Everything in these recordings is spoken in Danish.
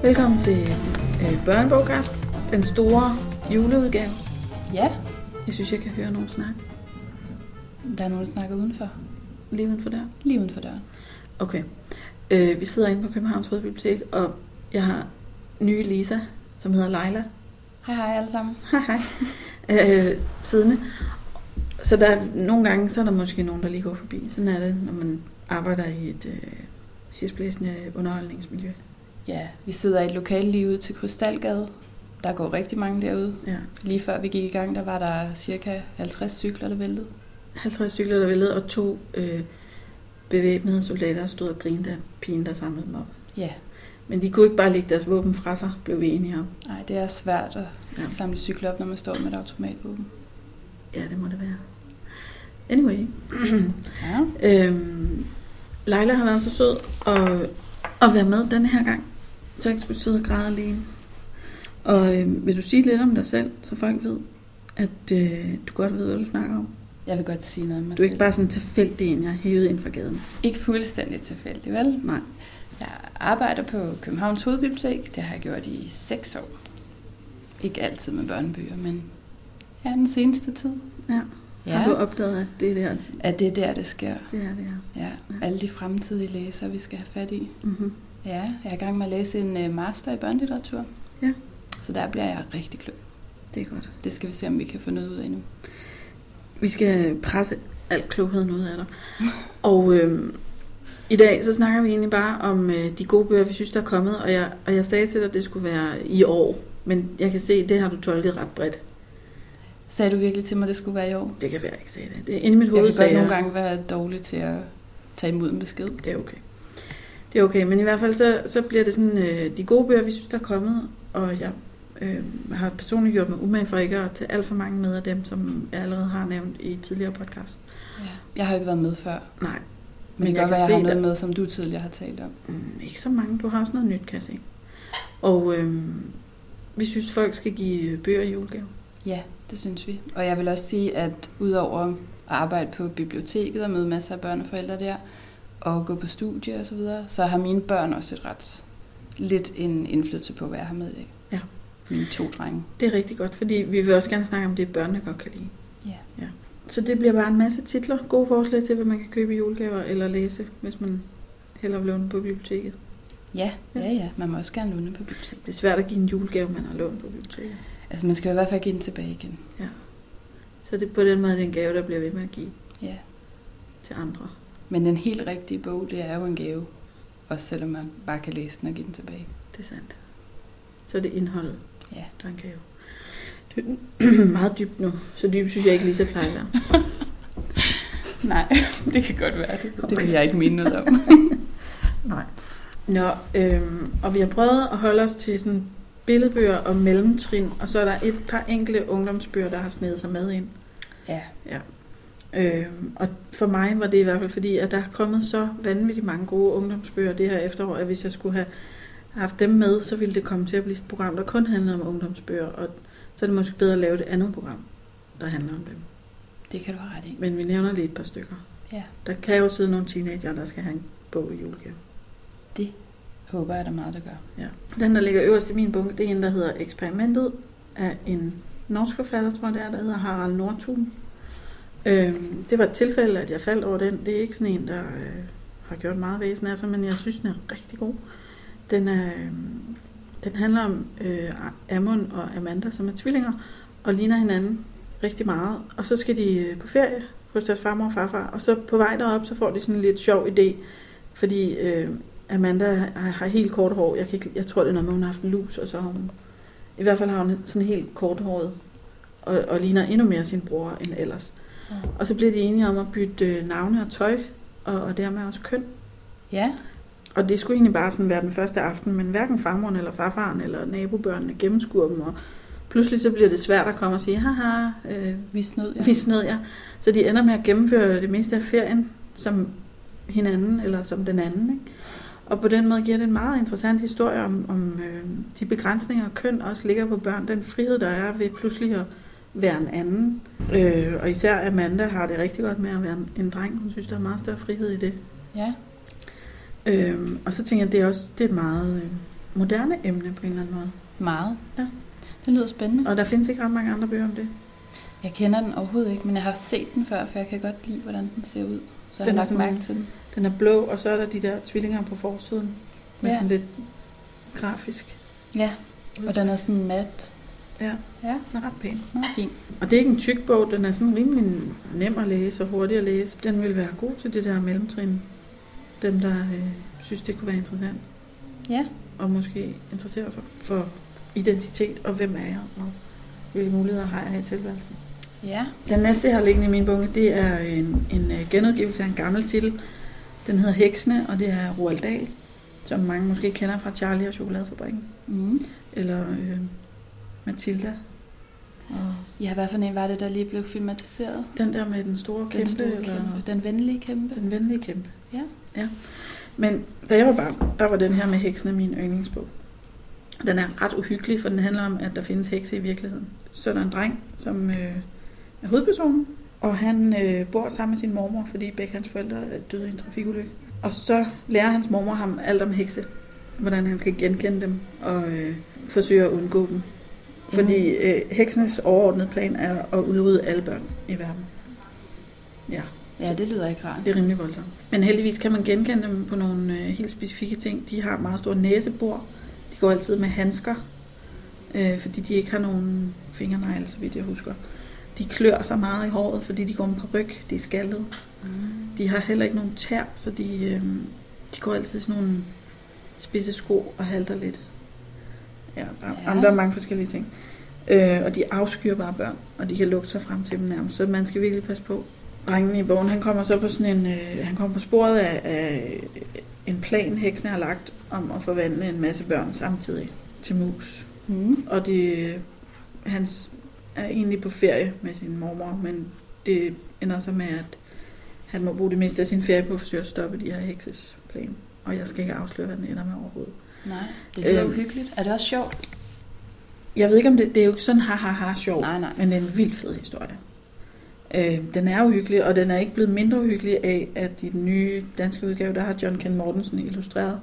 Velkommen til Børnebogkast, den store juleudgave. Ja. Jeg synes, jeg kan høre nogen snakke. Der er nogen, der snakker udenfor. Lige uden for døren? Lige uden for døren. Okay. Vi sidder inde på Københavns Hovedbibliotek, og jeg har nye Lisa, som hedder Leila. Hej alle sammen. Hej. Siddende. Så der nogle gange, så er der måske nogen, der lige går forbi. Sådan er det, når man arbejder i et hisblæsende underholdningsmiljø. Ja, vi sidder i et lokale lige ude til Krystalgade. Der går rigtig mange derude. Ja. Lige før vi gik i gang, der var der cirka 50 cykler, der væltede. 50 cykler, der væltede, og 2 bevæbnede soldater stod og grinede af pigen, der samlede dem op. Ja. Men de kunne ikke bare lægge deres våben fra sig, blev vi enige om. Nej, det er svært at samle cykler op, når man står med et automatvåben. Ja, det må det være. Anyway. Ja. Leila har været så sød at være med denne her gang, så jeg ikke skulle sidde og græde alene. Og vil du sige lidt om dig selv, så folk ved, at du godt ved, hvad du snakker om? Jeg vil godt sige noget om mig Du er selv. ikke bare sådan tilfældig en, jeg har hævet ind fra gaden. Ikke fuldstændig tilfældig, vel? Nej. Jeg arbejder på Københavns Hovedbibliotek. Det har jeg gjort i 6 år. Ikke altid med børnebøger, men den seneste tid. Ja. Ja. Har du opdaget, at det er der? At det er der, det sker. Det er det, ja. Ja, alle de fremtidige læsere, vi skal have fat i. Mm-hmm. Ja, jeg er i gang med at læse en master i børnelitteratur. Ja. Så der bliver jeg rigtig klog. Det er godt. Det skal vi se, om vi kan få noget ud af nu. Vi skal presse al klogheden ud af dig. Og i dag, så snakker vi egentlig bare om de gode bøger, vi synes, der er kommet. Og jeg sagde til dig, at det skulle være i år. Men jeg kan se, at det har du tolket ret bredt. Sagde du virkelig til mig, at det skulle være i år? Det kan være, jeg ikke sagde det. Det er inde i mit hoved, jeg kan godt nogle gange være dårlig til at tage imod en besked. Det er okay. Det er okay, men i hvert fald så bliver det sådan de gode bøger, vi synes, der er kommet. Og jeg har personligt gjort mig umage for ikke at tage alt for mange med af dem, som jeg allerede har nævnt i tidligere podcast. Ja. Jeg har jo ikke været med før. Nej. Men det kan godt være, jeg har noget med, som du tidligere har talt om. Ikke så mange. Du har også noget nyt, kan jeg se. Og vi synes, folk skal give bøger i julegave. Ja, det synes vi. Og jeg vil også sige, at udover at arbejde på biblioteket og møde masser af børn og forældre der, og gå på studie og så videre, så har mine børn også et ret lidt en indflydelse på, hvad jeg har med i dag. Ja. Mine 2 drenge. Det er rigtig godt, fordi vi vil også gerne snakke om det, børnene godt kan lide. Ja. Så det bliver bare en masse titler, gode forslag til, hvad man kan købe i julegaver eller læse, hvis man hellere vil låne på biblioteket. Ja. Man må også gerne låne på biblioteket. Det er svært at give en julegave, man har lånt på biblioteket. Altså man skal i hvert fald give den tilbage igen. Ja. Så det på den måde, det er en gave, der bliver ved med at give til andre. Men den helt rigtige bog, det er jo en gave. Også selvom man bare kan læse den og give den tilbage. Det er sandt. Så er det indholdet, der er en gave. Det er meget dybt nu. Så dybt synes jeg ikke lige så plejer at være. Nej, det kan godt være det. Det vil jeg ikke mene noget om. Nej. Nå, og vi har prøvet at holde os til sådan billedbøger og mellemtrin, og så er der et par enkelte ungdomsbøger, der har snedet sig med ind. Ja. Og for mig var det i hvert fald fordi, at der er kommet så vanvittigt mange gode ungdomsbøger det her efterår, at hvis jeg skulle have haft dem med, så ville det komme til at blive et program, der kun handler om ungdomsbøger, og så er det måske bedre at lave et andet program, der handler om dem. Det kan du have ret i. Men vi nævner lige et par stykker. Ja. Der kan jo sidde nogle teenager, der skal have en bog i julegave. Det håber jeg, der er meget, der gør. Ja. Den, der ligger øverst i min bunke, det er en, der hedder Eksperimentet, af en norsk forfatter, tror jeg det er, der hedder Harald Nordtun. Det var et tilfælde, at jeg faldt over den. Det er ikke sådan en, der har gjort meget væsen af sig, men jeg synes, den er rigtig god. Den handler om Amund og Amanda, som er tvillinger, og ligner hinanden rigtig meget. Og så skal de på ferie hos deres farmor og farfar, og så på vej derop, så får de sådan en lidt sjov idé, fordi Amanda har helt kort hår. Jeg tror, det er noget med, hun har haft lus, og så har hun... I hvert fald har hun sådan helt kort håret, og ligner endnu mere sin bror end ellers. Og så bliver de enige om at bytte navne og tøj, og dermed også køn. Ja. Og det skulle egentlig bare sådan være den første aften, men hverken farmoren eller farfaren eller nabobørnene gennemskuer dem, og pludselig så bliver det svært at komme og sige, haha, vi snød jer. Så de ender med at gennemføre det meste af ferien som hinanden, eller som den anden, ikke? Og på den måde giver det en meget interessant historie om de begrænsninger, køn også ligger på børn, den frihed, der er ved pludselig at være en anden. Og især Amanda har det rigtig godt med at være en dreng. Hun synes, der er meget større frihed i det. Ja. Og så tænker jeg, det er et meget moderne emne på en eller anden måde. Meget. Ja. Det lyder spændende. Og der findes ikke ret mange andre bøger om det. Jeg kender den overhovedet ikke, men jeg har set den før, for jeg kan godt lide, hvordan den ser ud. Så jeg Den har er lagt sådan- mærke til den. Den er blå, og så er der de der tvillinger på forsiden. Med Ja. sådan lidt grafisk. Ja, og den er sådan mat. Ja, Ja, den er ret pæn. nå, fint. Og det er ikke en tyk bog, den er sådan rimelig nem at læse og hurtig at læse. Den vil være god til det der mellemtrin. Dem, der synes, det kunne være interessant. Ja, Og måske interessere for identitet, og hvem er jeg, og hvilke muligheder har jeg her i tilværelsen. ja. Den næste, jeg har liggende i min bunke, det er en genudgivelse af en gammel titel. Den hedder Heksene, og det er Roald Dahl, som mange måske kender fra Charlie og Chokoladefabrikken. Mm. Eller Matilda. Og Ja, hvad for en var det, der lige blev filmatiseret? den der med den store kæmpe. Den store eller kæmpe. Den venlige kæmpe. Den venlige kæmpe. Ja. Men da jeg var barn, der var den her med Heksene min yndlingsbog. Den er ret uhyggelig, for den handler om, at der findes hekse i virkeligheden. Så er der en dreng, som er hovedpersonen, og han bor sammen med sin mormor, fordi begge hans forældre er døde i en trafikulykke. Og så lærer hans mormor ham alt om hekse, hvordan han skal genkende dem og forsøge at undgå dem. Fordi heksenes overordnede plan er at udrydde alle børn i verden. Ja. Ja, det lyder ikke rart. Det er rimelig voldsomt. Men heldigvis kan man genkende dem på nogle helt specifikke ting. De har meget store næsebor. De går altid med handsker, fordi de ikke har nogen fingernegle, så vidt jeg husker. De klør sig meget i håret, fordi de går med paryk. De er skaldede. De har heller ikke nogen tær, så de går altid i sådan nogle spidse sko og halter lidt. Ja, der er mange forskellige ting. Og de afskyr bare børn, og de kan lugte sig frem til dem nærmest, så man skal virkelig passe på. Drengen i bogen, han kommer så på sådan en, han kommer på sporet af en plan, heksene har lagt om at forvandle en masse børn samtidig til mus. Mm. Og han er egentlig på ferie med sin mormor, men det ender så med, at han må bruge det meste af sin ferie på at forsøge at stoppe de her hekses plan. Og jeg skal ikke afsløre, hvad den ender med overhovedet. Nej, det lyder uhyggeligt. Er det også sjovt? Jeg ved ikke, om det er jo ikke sådan sjovt, Nej. men det er en vildt fed historie. Den er uhyggelig, og den er ikke blevet mindre uhyggelig af, at i den nye danske udgave, der har John Ken Mortensen illustreret.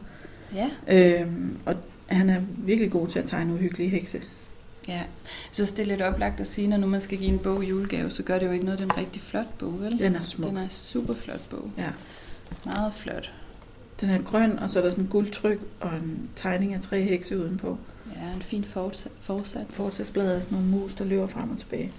Ja. Og han er virkelig god til at tegne uhyggelige hekse. Ja, jeg synes, det er lidt oplagt at sige, når nu man skal give en bog i julegave, så gør det jo ikke noget, det er en rigtig flot bog, vel? Den er smuk. Den er en super flot bog. Ja. Meget flot. Den er grøn, og så er der sådan en guldtryk og en tegning af 3 hekse udenpå. Ja, en fin forsat. Forsatsbladet er sådan nogle mus, der løber frem og tilbage.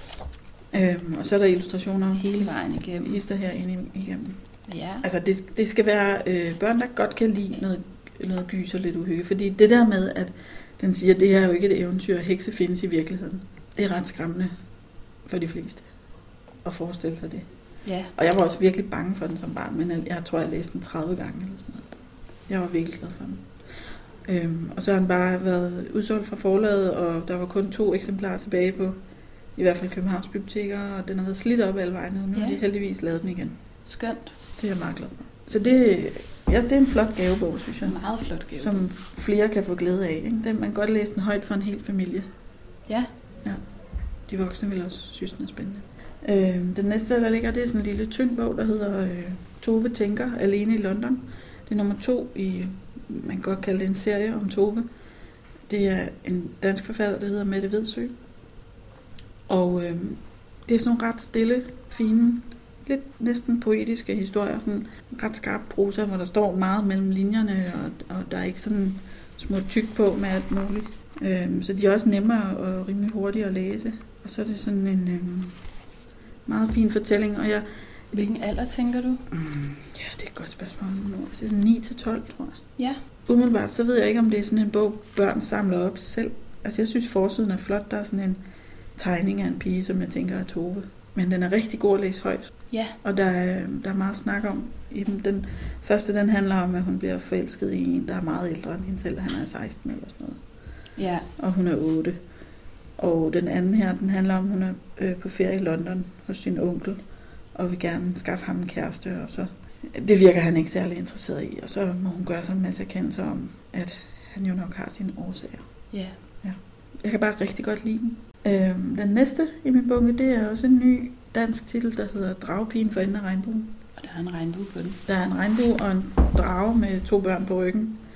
Ja. Og så er der illustrationer Hele vejen igennem. hister her inde igennem. Ja. Altså det skal være børn, der godt kan lide noget gys og lidt uhygge. Fordi det der med, at den siger, at det her er jo ikke et eventyr, hekse findes i virkeligheden. Det er ret skræmmende for de fleste at forestille sig det. Ja. Og jeg var også virkelig bange for den som barn, men jeg tror, jeg læste den 30 gange eller sådan noget. Jeg var virkelig glad for den. Og så har den bare været udsolgt fra forlaget, og der var kun 2 eksemplarer tilbage på i hvert fald Københavns biblioteker, og den har været slidt op alle vegne, og nu har de heldigvis lavet den igen. Skønt. Det er jeg meget glad for. Så det er en flot gavebog, synes jeg. Meget flot gave. Som flere kan få glæde af. Ikke? Man kan godt læse den højt for en hel familie. Ja. Ja. De voksne vil også synes, den er spændende. Den næste, der ligger, det er sådan en lille tynd bog, der hedder Tove tænker alene i London. Det er nummer 2 i, man kan godt kalde det en serie om Tove. Det er en dansk forfatter, der hedder Mette Vedsø. Og det er sådan nogle ret stille, fine, lidt næsten poetiske historier. Sådan ret skarp prosa, hvor der står meget mellem linjerne, og der er ikke sådan små tyk på med alt muligt. Så de er også nemmere og rimelig hurtige at læse. Og så er det sådan en meget fin fortælling. Og Hvilken alder tænker du? Ja, det er et godt spørgsmål. Så er det 9-12, tror jeg. Ja. Umiddelbart, så ved jeg ikke, om det er sådan en bog, børn samler op selv. Altså, jeg synes, forsiden er flot. Der er sådan en tegning af en pige, som jeg tænker er Tove. Men den er rigtig god at læse højt. Ja. Og der er meget snak om i dem. Den første, den handler om, at hun bliver forelsket i en, der er meget ældre end hende selv. Han er 16 eller sådan noget. Ja. Og hun er 8. Og den anden her, den handler om, at hun er på ferie i London hos sin onkel, og vil gerne skaffe ham en kæreste, og så det virker han ikke særlig interesseret i, og så må hun gøre sig en masse erkendelser om, at han jo nok har sine årsager. Ja. Jeg kan bare rigtig godt lide den. Den næste i min bunke, det er også en ny dansk titel, der hedder Dragepigen for enden af regnbuen. Og der er en regnbue på den. Der er en regnbue og en drage med 2 børn på ryggen.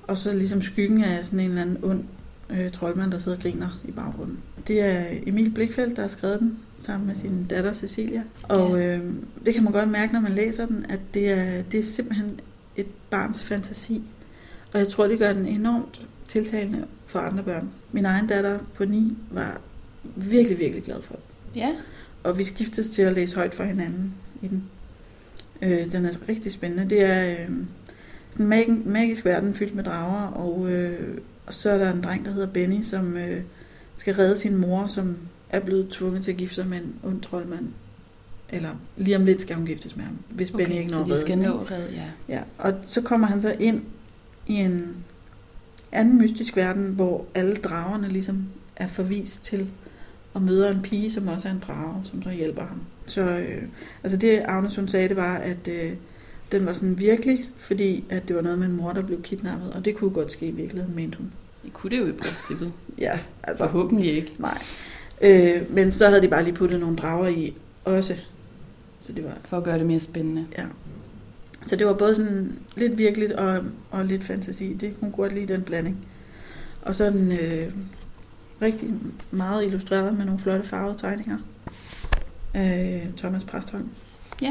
og så ligesom skyggen af sådan en eller anden ond troldmand, der sidder og griner i baggrunden. Det er Emil Blichfeldt, der har skrevet den, sammen med sin datter Cecilia. Og det kan man godt mærke, når man læser den, at det er simpelthen et barns fantasi. Og jeg tror, det gør den enormt tiltalende for andre børn. Min egen datter på 9 var virkelig, virkelig glad for den. Ja. Og vi skiftes til at læse højt for hinanden i den. Den er rigtig spændende. Det er sådan en magisk verden fyldt med drager, og så er der en dreng, der hedder Benny, som skal redde sin mor, som er blevet tvunget til at gifte sig med en ond troldmand. Eller lige om lidt skal hun giftes med ham, hvis Benny ikke når at redde. Så de skal nå redde, ja. Ja, og så kommer han så ind i en anden mystisk verden, hvor alle dragerne ligesom er forvist til og møder en pige, som også er en drage, som så hjælper ham. Så altså det Agnes hun sagde, det var, at den var sådan virkelig, fordi at det var noget med en mor, der blev kidnappet, og det kunne godt ske i virkeligheden, mente hun. Det kunne det jo i princippet. Ja, altså. Forhåbentlig ikke. Nej. Men så havde de bare lige puttet nogle drager i også. Så det var, for at gøre det mere spændende. Ja. Så det var både sådan lidt virkeligt og lidt fantasi. Det kunne godt lide den blanding. Og så den rigtig meget illustreret med nogle flotte farvede tegninger. Thomas Præstholm. Ja.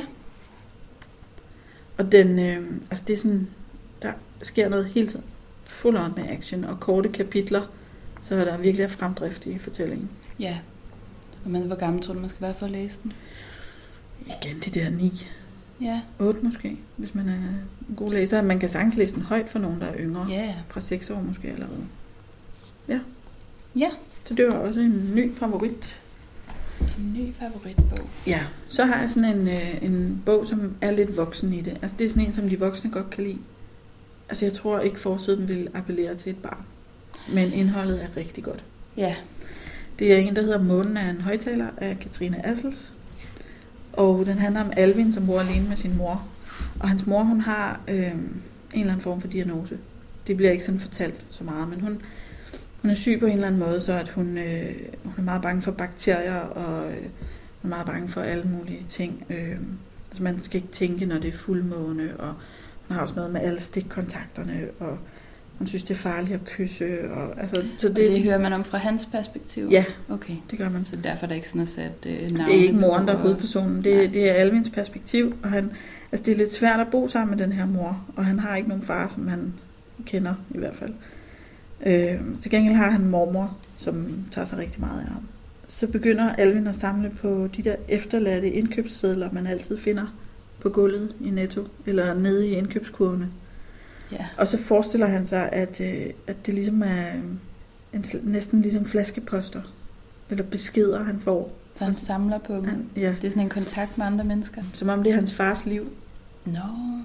Og den, altså det er sådan, der sker noget hele tiden. Full on med action og korte kapitler, så er der virkelig fremdrift i fortællingen. Ja. Og hvor gammel tror du, man skal være for at læse den? Igen de der 9. Ja. 8 måske, hvis man er en god læser. Man kan sagtens læse den højt for nogen, der er yngre. Ja. Fra 6 år måske allerede. Ja. Ja. Så det var også en ny favorit. En ny favoritbog. Ja, så har jeg sådan en bog, som er lidt voksen i det. Altså det er sådan en, som de voksne godt kan lide. Altså jeg tror ikke, forsiden vil appellere til et barn. Men indholdet er rigtig godt. Ja. Det er en, der hedder Månen er en højtaler af Katrine Assels. Og den handler om Alvin, som bor alene med sin mor. Og hans mor, hun har en eller anden form for diagnose. Det bliver ikke sådan fortalt så meget, men hun er syg på en eller anden måde, så at hun er meget bange for bakterier, og hun er meget bange for alle mulige ting. Altså man skal ikke tænke, når det er fuldmåne, og hun har også noget med alle stikkontakterne, og hun synes, det er farligt at kysse. Og, altså, så det hører man om fra hans perspektiv? Ja, okay. Det gør man. Så derfor er der ikke sådan at sætte navne? Det er ikke moren, der er hovedpersonen. Det er Alvins perspektiv, og det er lidt svært at bo sammen med den her mor, og han har ikke nogen far, som han kender i hvert fald. Til gengæld har han en mormor, som tager sig rigtig meget af ham. Så begynder Alvin at samle på de der efterladte indkøbssedler, man altid finder på gulvet i Netto, eller nede i indkøbskurvene. Ja. Og så forestiller han sig, at det ligesom er næsten ligesom flaskeposter, eller beskeder, han får. Så han samler på dem? Ja. Det er sådan en kontakt med andre mennesker? Som om det er hans fars liv. No.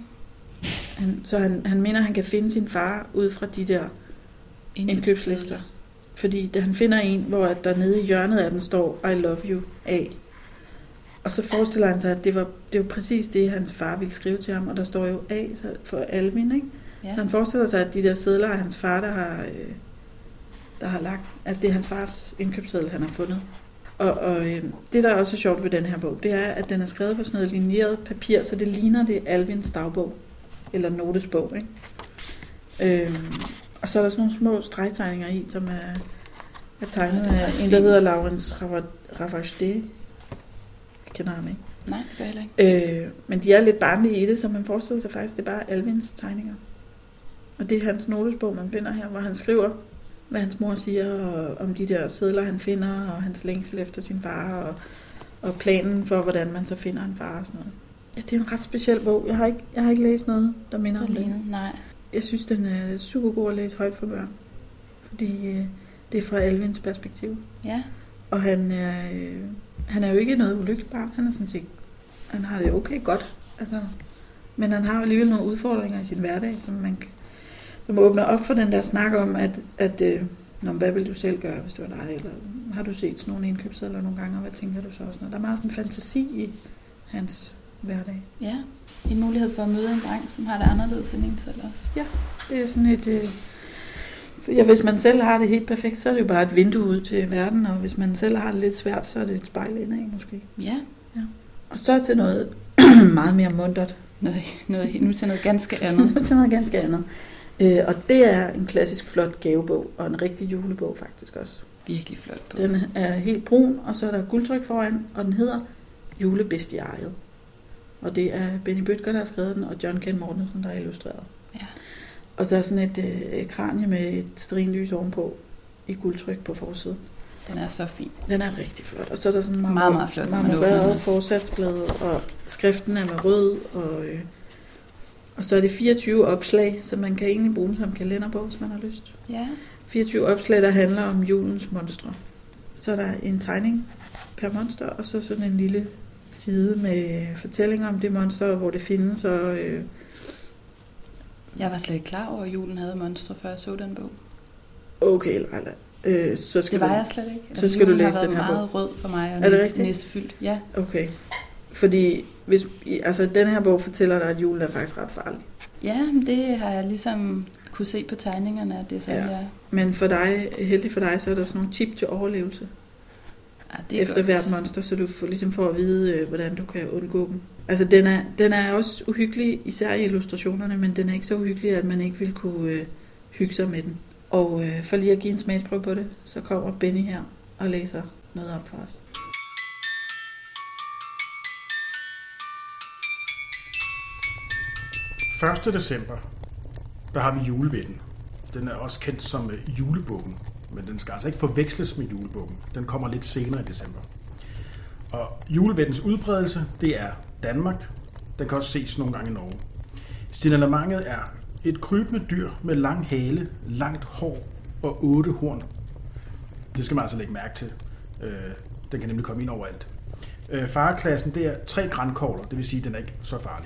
Så han mener, at han kan finde sin far ud fra de der indkøbslister. Fordi da han finder en, hvor der nede i hjørnet af den står, I love you, A. Og så forestiller han sig, at det var præcis det, hans far ville skrive til ham, og der står jo A for Alvin, ikke? Ja. Så han forestiller sig, at de der sedler af hans far, der har lagt, at det er hans fars indkøbsseddel, han har fundet. Og det, der er også sjovt ved den her bog, det er, at den er skrevet på sådan noget linjeret papir, så det ligner det Alvins dagbog, eller notesbog, ikke? Og så er der sådan nogle små stregtegninger i, som er tegnet af en, der hedder Laurens Ravagé. Jeg kender ham ikke. Nej, det gør jeg ikke. Men de er lidt barnlige i det, så man forestiller sig faktisk, det er bare Alvins tegninger. Og det er hans notesbog, man finder her, hvor han skriver, hvad hans mor siger, og om de der sedler, han finder, og hans længsel efter sin far, og planen for, hvordan man så finder en far og sådan noget. Ja, det er en ret speciel bog. Jeg har ikke læst noget, der minder om det. Nej. Jeg synes, den er super god at læse højt for børn. Fordi det er fra Alvins perspektiv. Ja. Og han er jo ikke noget ulykkeligt barn. Han er sådan set, han har det okay godt. Altså, men han har alligevel nogle udfordringer i sin hverdag, som åbner op for den der snak om, at hvad vil du selv gøre, hvis det var dig? Eller har du set sådan nogle indkøbssedler nogle gange, og hvad tænker du så? Sådan noget? Der er meget sådan fantasi i hans hverdag. Ja, en mulighed for at møde en dreng, som har det anderledes end en selv også. Ja, det er sådan et... hvis man selv har det helt perfekt, så er det jo bare et vindue ud til verden, og hvis man selv har det lidt svært, så er det et spejl indad måske. Ja. Og så til noget meget mere muntert. Nu til noget ganske andet. Nu til noget ganske andet. Og det er en klassisk flot gavebog, og en rigtig julebog faktisk også. Virkelig flot bog. Den er helt brun, og så er der guldtryk foran, og den hedder Julebestiariet. Og det er Benny Bødker, der har skrevet den, og John Ken Mortensen, der har illustreret. Ja. Og så er sådan et kranie med et stearinlys ovenpå i guldtryk på forsiden. Den er så fin. Den er rigtig flot. Og så er der sådan meget flot, marmoreret forsatsblad, og skriften er med rød, og så er det 24 opslag, så man kan egentlig bruge den som kalenderbog, hvis man har lyst. Ja. 24 opslag, der handler om julens monstre. Så er der en tegning per monster, og så sådan en lille side med fortællinger om det monster, hvor det findes. Og, Jeg var slet ikke klar over, at julen havde monstre, før jeg så den bog. Okay, Leila. Så skal det var jeg slet ikke. Så skal du læse den her bog. Julen har været meget rød for mig, og nissefyldt. Ja. Okay. Fordi den her bog fortæller dig, at julen er faktisk ret farlig. Ja, det har jeg ligesom kunne se på tegningerne, at det er sådan, ja. Men for dig, heldig for dig, så er der sådan nogle tip til overlevelse. Ja, det er efter godt. hvert monster, så du får at vide, hvordan du kan undgå dem. Altså, den er også uhyggelig, især i illustrationerne, men den er ikke så uhyggelig, at man ikke vil kunne hygge sig med den. Og for lige at give en smagsprøve på det, så kommer Benny her og læser noget op for os. Den 1. december, der har vi julevætten. Den er også kendt som julebukken, men den skal altså ikke forveksles med julebukken. Den kommer lidt senere i december. Og julevættens udbredelse, det er Danmark. Den kan også ses nogle gange i Norge. Signalementet er et krybende dyr med lang hale, langt hår og 8 horn. Det skal man altså lægge mærke til. Den kan nemlig komme ind overalt. Fareklassen, det er 3 grankogler, det vil sige, at den er ikke så farlig.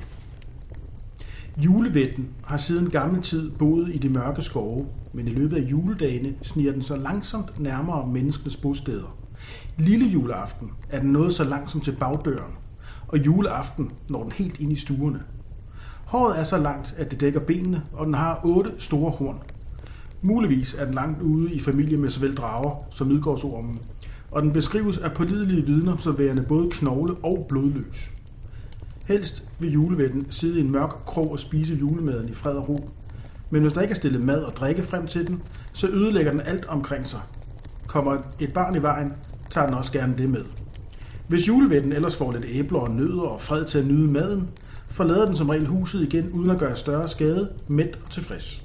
Julevætten har siden gammel tid boet i de mørke skove, men i løbet af juledagene sniger den så langsomt nærmere menneskenes bosteder. Lille juleaften er den nået så langsomt til bagdøren, og juleaften når den helt ind i stuerne. Håret er så langt, at det dækker benene, og den har 8 store horn. Muligvis er den langt ude i familie med såvel drager som midgårdsormen, og den beskrives af pålidelige vidner som værende både knogle og blodløs. Helst vil julevætten sidde i en mørk krog og spise julemaden i fred og ro. Men hvis der ikke er stillet mad og drikke frem til den, så ødelægger den alt omkring sig. Kommer et barn i vejen, tager den også gerne det med. Hvis julevætten ellers får lidt æbler og nødder og fred til at nyde maden, forlader den som regel huset igen uden at gøre større skade, mæt og tilfreds.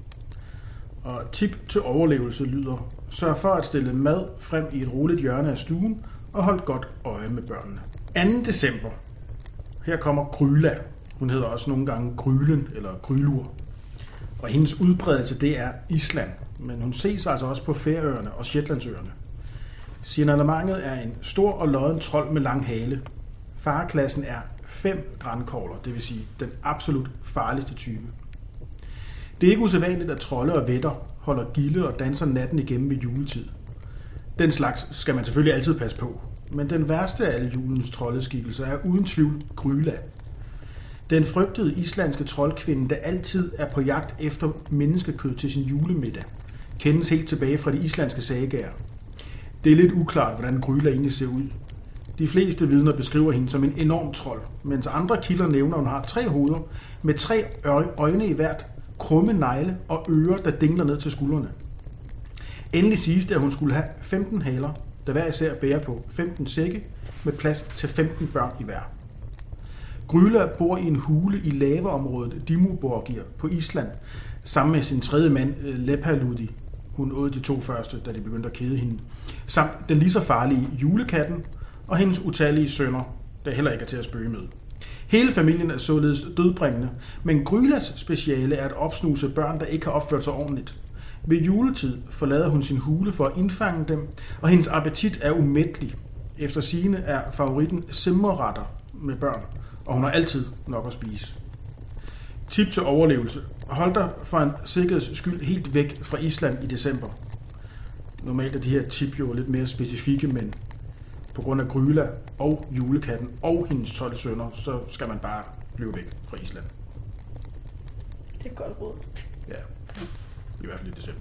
Og tip til overlevelse lyder: sørg for at stille mad frem i et roligt hjørne af stuen og hold godt øje med børnene. 2. december. Her kommer Gryla. Hun hedder også nogle gange Grylen eller Grylur. Og hendes udbredelse, det er Island. Men hun ses altså også på Færøerne og Shetlandsøerne. Signalementet er en stor og lodden trold med lang hale. Fareklassen er 5 grankogler, det vil sige den absolut farligste type. Det er ikke usædvanligt, at trolde og vætter holder gilde og danser natten igennem ved juletid. Den slags skal man selvfølgelig altid passe på. Men den værste af alle julens troldeskikkelser er uden tvivl Gryla. Den frygtede islandske troldkvinde, der altid er på jagt efter menneskekød til sin julemiddag, kendes helt tilbage fra de islandske sagaer. Det er lidt uklart, hvordan Gryla egentlig ser ud. De fleste vidner beskriver hende som en enorm trold, mens andre kilder nævner, at hun har 3 hoveder med 3 øjne i hvert, krumme negle og ører, der dingler ned til skuldrene. Endelig siges det, at hun skulle have 15 haler, der hver især bærer på 15 sække med plads til 15 børn i hver. Gryla bor i en hule i lavaområdet Dimmuborgir på Island, sammen med sin 3. mand Lepaludi. Hun åd de 2 første, da de begyndte at kede hende. Samt den lige så farlige julekatten og hendes utallige sønner, der heller ikke er til at spøge med. Hele familien er således dødbringende, men Grylas speciale er at opsnuse børn, der ikke har opført sig ordentligt. Ved juletid forlader hun sin hule for at indfange dem, og hendes appetit er umættelig. Efter sigende er favoritten simmerretter med børn, og hun har altid nok at spise. Tip til overlevelse. Hold dig for en sikkerheds skyld helt væk fra Island i december. Normalt er de her tip jo lidt mere specifikke, men på grund af Gryla og julekatten og hendes 12 sønner, så skal man bare blive væk fra Island. Det er godt råd. Ja, i hvert fald i december.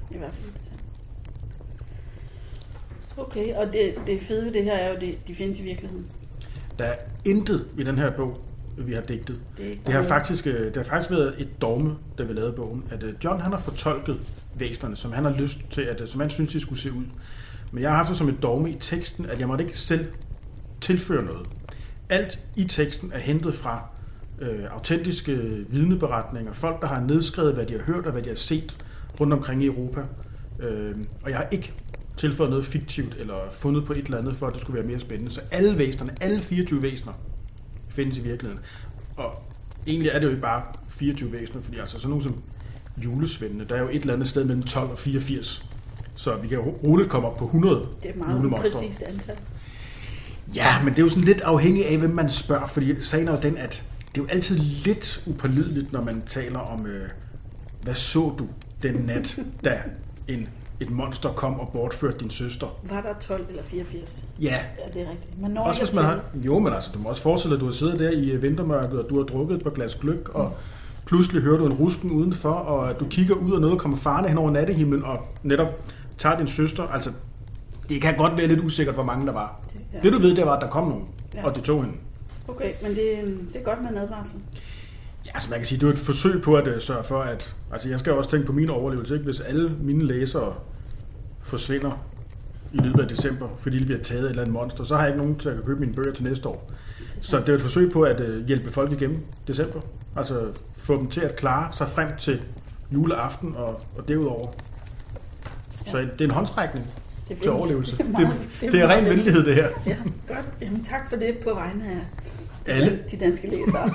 Okay, og det fede ved det her er jo, det de findes i virkeligheden. Der er intet i den her bog, vi har digtet. Det har faktisk været et dogme, da vi lavede bogen, at John han har fortolket væsenerne, som han har lyst til, som han synes, de skulle se ud. Men jeg har haft det som et dogme i teksten, at jeg måtte ikke selv tilføre noget. Alt i teksten er hentet fra autentiske vidneberetninger, folk, der har nedskrevet, hvad de har hørt og hvad de har set rundt omkring i Europa. Og jeg har ikke tilføjet noget fiktivt eller fundet på et eller andet, for at det skulle være mere spændende. Så alle væsenerne, alle 24 væsener, findes i virkeligheden. Og egentlig er det jo ikke bare 24 væsener, fordi altså sådan nogle som julesvendene, der er jo et eller andet sted mellem 12 og 84. Så vi kan roligt komme op på 100 julemonstre. Det er meget præcist antal. Ja, men det er jo sådan lidt afhængigt af, hvem man spørger, fordi sagen er jo den, at det er jo altid lidt upålideligt, når man taler om, hvad så du den nat, da et monster kom og bortførte din søster? Var der 12 eller 84? Ja. Ja, det er rigtigt. Man når også hvis man har, jo, men altså, du må også forestille dig, at du har siddet der i vintermørket, og du har drukket et par glas gløgg, og pludselig hører du en rusken udenfor, og du kigger ud, og noget kommer farne hen over nattehimlen, og netop tager din søster. Altså, det kan godt være lidt usikkert, hvor mange der var. Ja. Det du ved, det var, at der kom nogen, og de tog hende. Okay, men det er godt med en advarsel. Ja, altså man kan sige, det er et forsøg på at sørge for, at... Altså jeg skal også tænke på min overlevelse, ikke? Hvis alle mine læsere forsvinder i løbet af december, fordi de bliver taget af et eller andet monster, så har jeg ikke nogen til at købe mine bøger til næste år. Så det er et forsøg på at hjælpe folk igennem december. Altså få dem til at klare sig frem til juleaften og derudover. Ja. Så det er en håndsrækning til overlevelse. Det er ren venlighed, det her. Ja, godt. Jamen, tak for det på vegne af alle de danske læsere.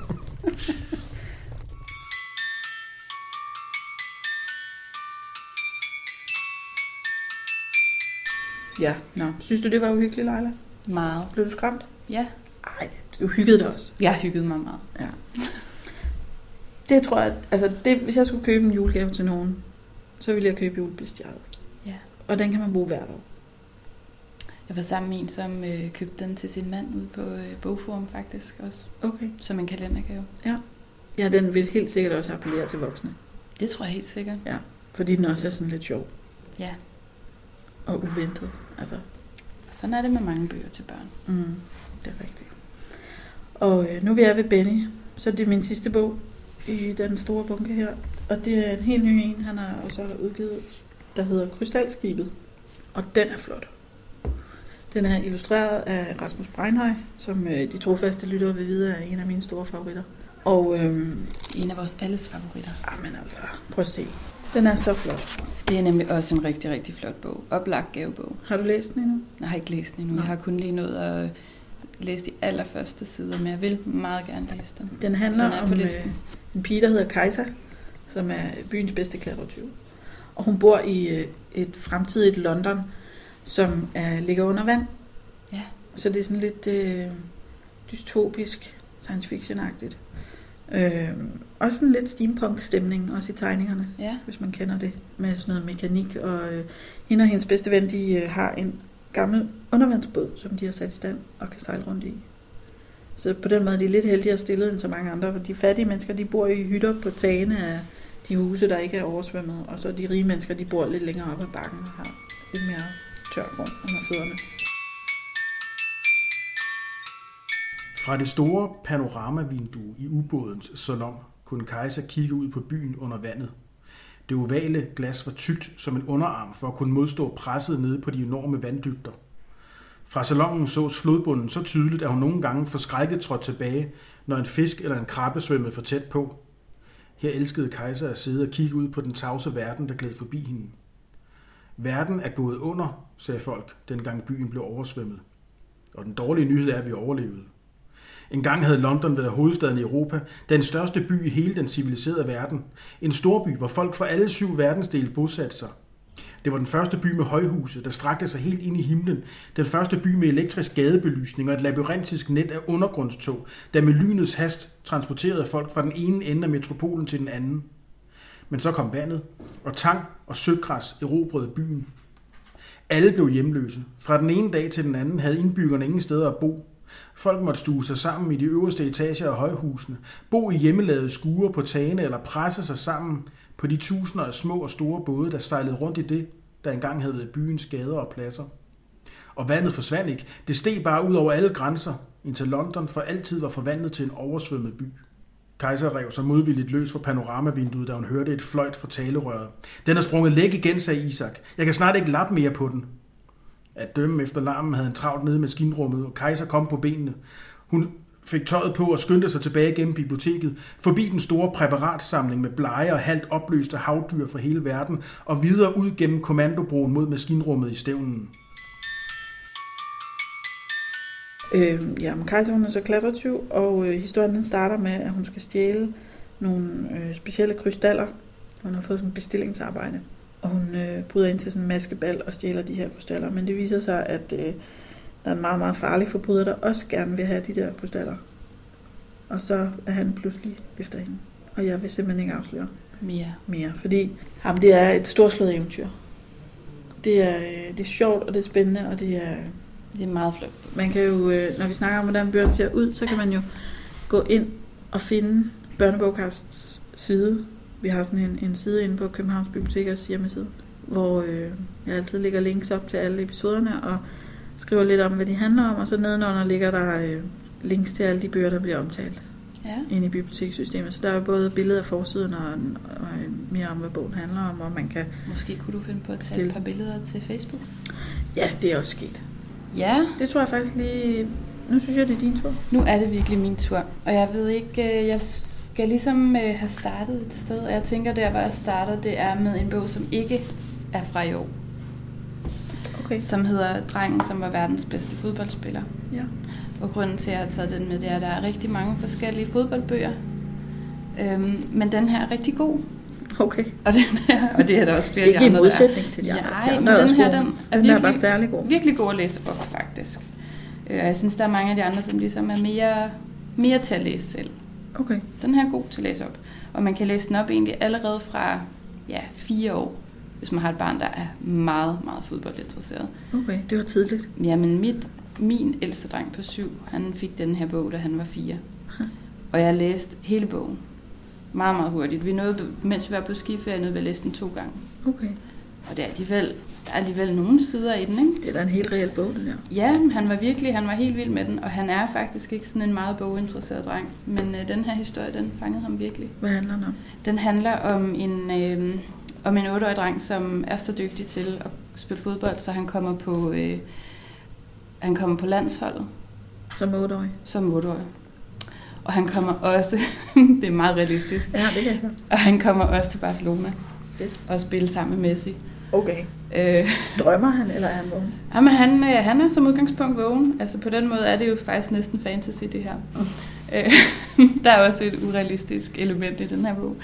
Ja, synes du, det var uhyggeligt, Leila? Meget. Blev du skræmt? Ja. Ej, du hyggede dig også. Jeg hyggede mig meget. Ja. Det tror jeg, hvis jeg skulle købe en julegave til nogen, så ville jeg købe julebestiaret. Ja. Og den kan man bruge hvert år. Jeg var sammen med en, som købte den til sin mand ude på Bogforum faktisk også. Okay. Som en kalendergave. Ja. Ja, den vil helt sikkert også appellere til voksne. Det tror jeg helt sikkert. Ja, fordi den også er sådan lidt sjov. Ja. Og uventet. Altså. Sådan er det med mange bøger til børn. Det er rigtigt. Og nu er vi ved Benny. Så det er min sidste bog i den store bunke her. Og det er en helt ny en, han har også udgivet, der hedder Krystalskibet. Og den er flot. Den er illustreret af Rasmus Breinhøj, som de trofaste lyttere vil vide er en af mine store favoritter. Og en af vores alles favoritter. Men altså, prøv at se. Den er så flot. Det er nemlig også en rigtig, rigtig flot bog. Oplagt gavebog. Har du læst den endnu? Jeg har ikke læst den endnu. Jeg har kun lige nået at læse de allerførste sider, men jeg vil meget gerne læse den. Den handler om en pige, der hedder Kajsa, som er byens bedste klatretyv. Og hun bor i et fremtidigt London, som ligger under vand. Ja. Så det er sådan lidt dystopisk, science fiction-agtigt. Også sådan lidt steampunk-stemning, også i tegningerne, hvis man kender det, med sådan noget mekanik. Og hende og hendes bedste ven, de har en gammel undervandsbåd, som de har sat i stand og kan sejle rundt i. Så på den måde er de lidt heldigere stillet end så mange andre, for de fattige mennesker, de bor i hytter på tagene af de huse, der ikke er oversvømmet, og så de rige mennesker, de bor lidt længere oppe ad bakken og har lidt mere tør grund under fødderne. Fra det store panoramavindue i ubådens salon kunne Kajsa kigge ud på byen under vandet. Det ovale glas var tykt som en underarm for at kunne modstå presset nede på de enorme vanddybder. Fra salonen sås flodbunden så tydeligt, at hun nogle gange forskrækket trådte tilbage, når en fisk eller en krabbe svømmede for tæt på. Her elskede Kajsa at sidde og kigge ud på den tavse verden, der gled forbi hende. Verden er gået under, sagde folk, dengang byen blev oversvømmet. Og den dårlige nyhed er, at vi overlevede. En gang havde London været hovedstaden i Europa, den største by i hele den civiliserede verden. En storby, hvor folk fra alle 7 verdensdele bosatte sig. Det var den første by med højhuse, der strakte sig helt ind i himlen. Den første by med elektrisk gadebelysning og et labyrintisk net af undergrundstog, der med lynets hast transporterede folk fra den ene ende af metropolen til den anden. Men så kom vandet, og tang og søgræs erobrede byen. Alle blev hjemløse. Fra den ene dag til den anden havde indbyggerne ingen steder at bo. Folk måtte stue sig sammen i de øverste etager af højhusene, bo i hjemmelavede skuer på tagene eller presse sig sammen på de tusinder af små og store både, der sejlede rundt i det, der engang havde været byens gader og pladser. Og vandet forsvandt ikke. Det steg bare ud over alle grænser. indtil London for altid var forvandlet til en oversvømmet by. Kaiser rev sig modvilligt løs fra panoramavinduet, da hun hørte et fløjt fra talerøret. Den er sprunget læk igen, sagde Isak. Jeg kan snart ikke lappe mere på den. At dømme efter larmen havde han travlt nede i maskinrummet, og Kaiser kom på benene. Hun fik tøjet på og skyndte sig tilbage gennem biblioteket, forbi den store præparatsamling med blege og halvt opløste havdyr fra hele verden, og videre ud gennem kommandobroen mod maskinrummet i stævnen. Kaiser hun er så klatretyv, og historien den starter med, at hun skal stjæle nogle specielle krystaller. Hun har fået sådan et bestillingsarbejde, og hun bryder ind til sådan en maskebal og stjæler de her krystaller. Men det viser sig, at der er en meget, meget farlig forbryder, der også gerne vil have de der krystaller. Og så er han pludselig efter hende. Og jeg vil simpelthen ikke afsløre mere, fordi det er et storslået eventyr. Det er sjovt, og det er spændende, og det er meget flot. Man kan jo, når vi snakker om, hvordan bøgerne ser ud, så kan man jo gå ind og finde Børnebogkasts side. Vi har sådan en side inde på Københavns Bibliotekers hjemmeside, hvor jeg altid lægger links op til alle episoderne og skriver lidt om, hvad de handler om, og så nedenunder ligger der links til alle de bøger, der bliver omtalt inde i bibliotekssystemet. Så der er både billeder af forsiden og mere om, hvad bogen handler om, og man kan... Måske kunne du finde på at tage et par billeder til Facebook? Ja, det er også sket. Ja. Det tror jeg faktisk lige... Nu synes jeg, det er din tur. Nu er det virkelig min tur, og jeg ved ikke... Jeg skal ligesom have startet et sted, og jeg tænker, der hvor jeg starter, det er med en bog, som ikke er fra i år. Okay. Som hedder Drengen, som var verdens bedste fodboldspiller. Ja. Og grunden til, at jeg har taget den med, det er, at der er rigtig mange forskellige fodboldbøger. Men den her er rigtig god. Okay. Og det er der også flere ikke af de andre, i modsætning til de andre. Ja, men den her, den er virkelig, bare særlig god. Virkelig god at læse op, faktisk. Jeg synes, der er mange af de andre, som ligesom er mere til at læse selv. Okay. Den her er god til at læse op. Og man kan læse den op egentlig allerede fra 4 år, hvis man har et barn, der er meget, meget fodboldinteresseret. Okay, det var tidligt. Jamen, min ældste dreng på 7, han fik den her bog, da han var 4. Og jeg læste hele bogen. Meget, meget hurtigt. Mens vi var på skiferie, nåede vi at læse den 2 gange. Okay. Og der er alligevel nogle sider i den, ikke? Det er da en helt reel bog, den der. Ja, han var helt vild med den, og han er faktisk ikke sådan en meget boginteresseret dreng. Men den her historie, den fangede ham virkelig. Hvad handler den om? Den handler om en 8-årig dreng, som er så dygtig til at spille fodbold, så han kommer på landsholdet. Som 8-årig? Som 8-årig. Og han kommer også, det er meget realistisk, ja, det kan jeg høre. Og han kommer også til Barcelona. Fedt. Og spille sammen med Messi. Okay. Drømmer han, eller er han vågen? Jamen, han er som udgangspunkt vågen. Altså på den måde er det jo faktisk næsten fantasy, det her. Der er også et urealistisk element i den her bog.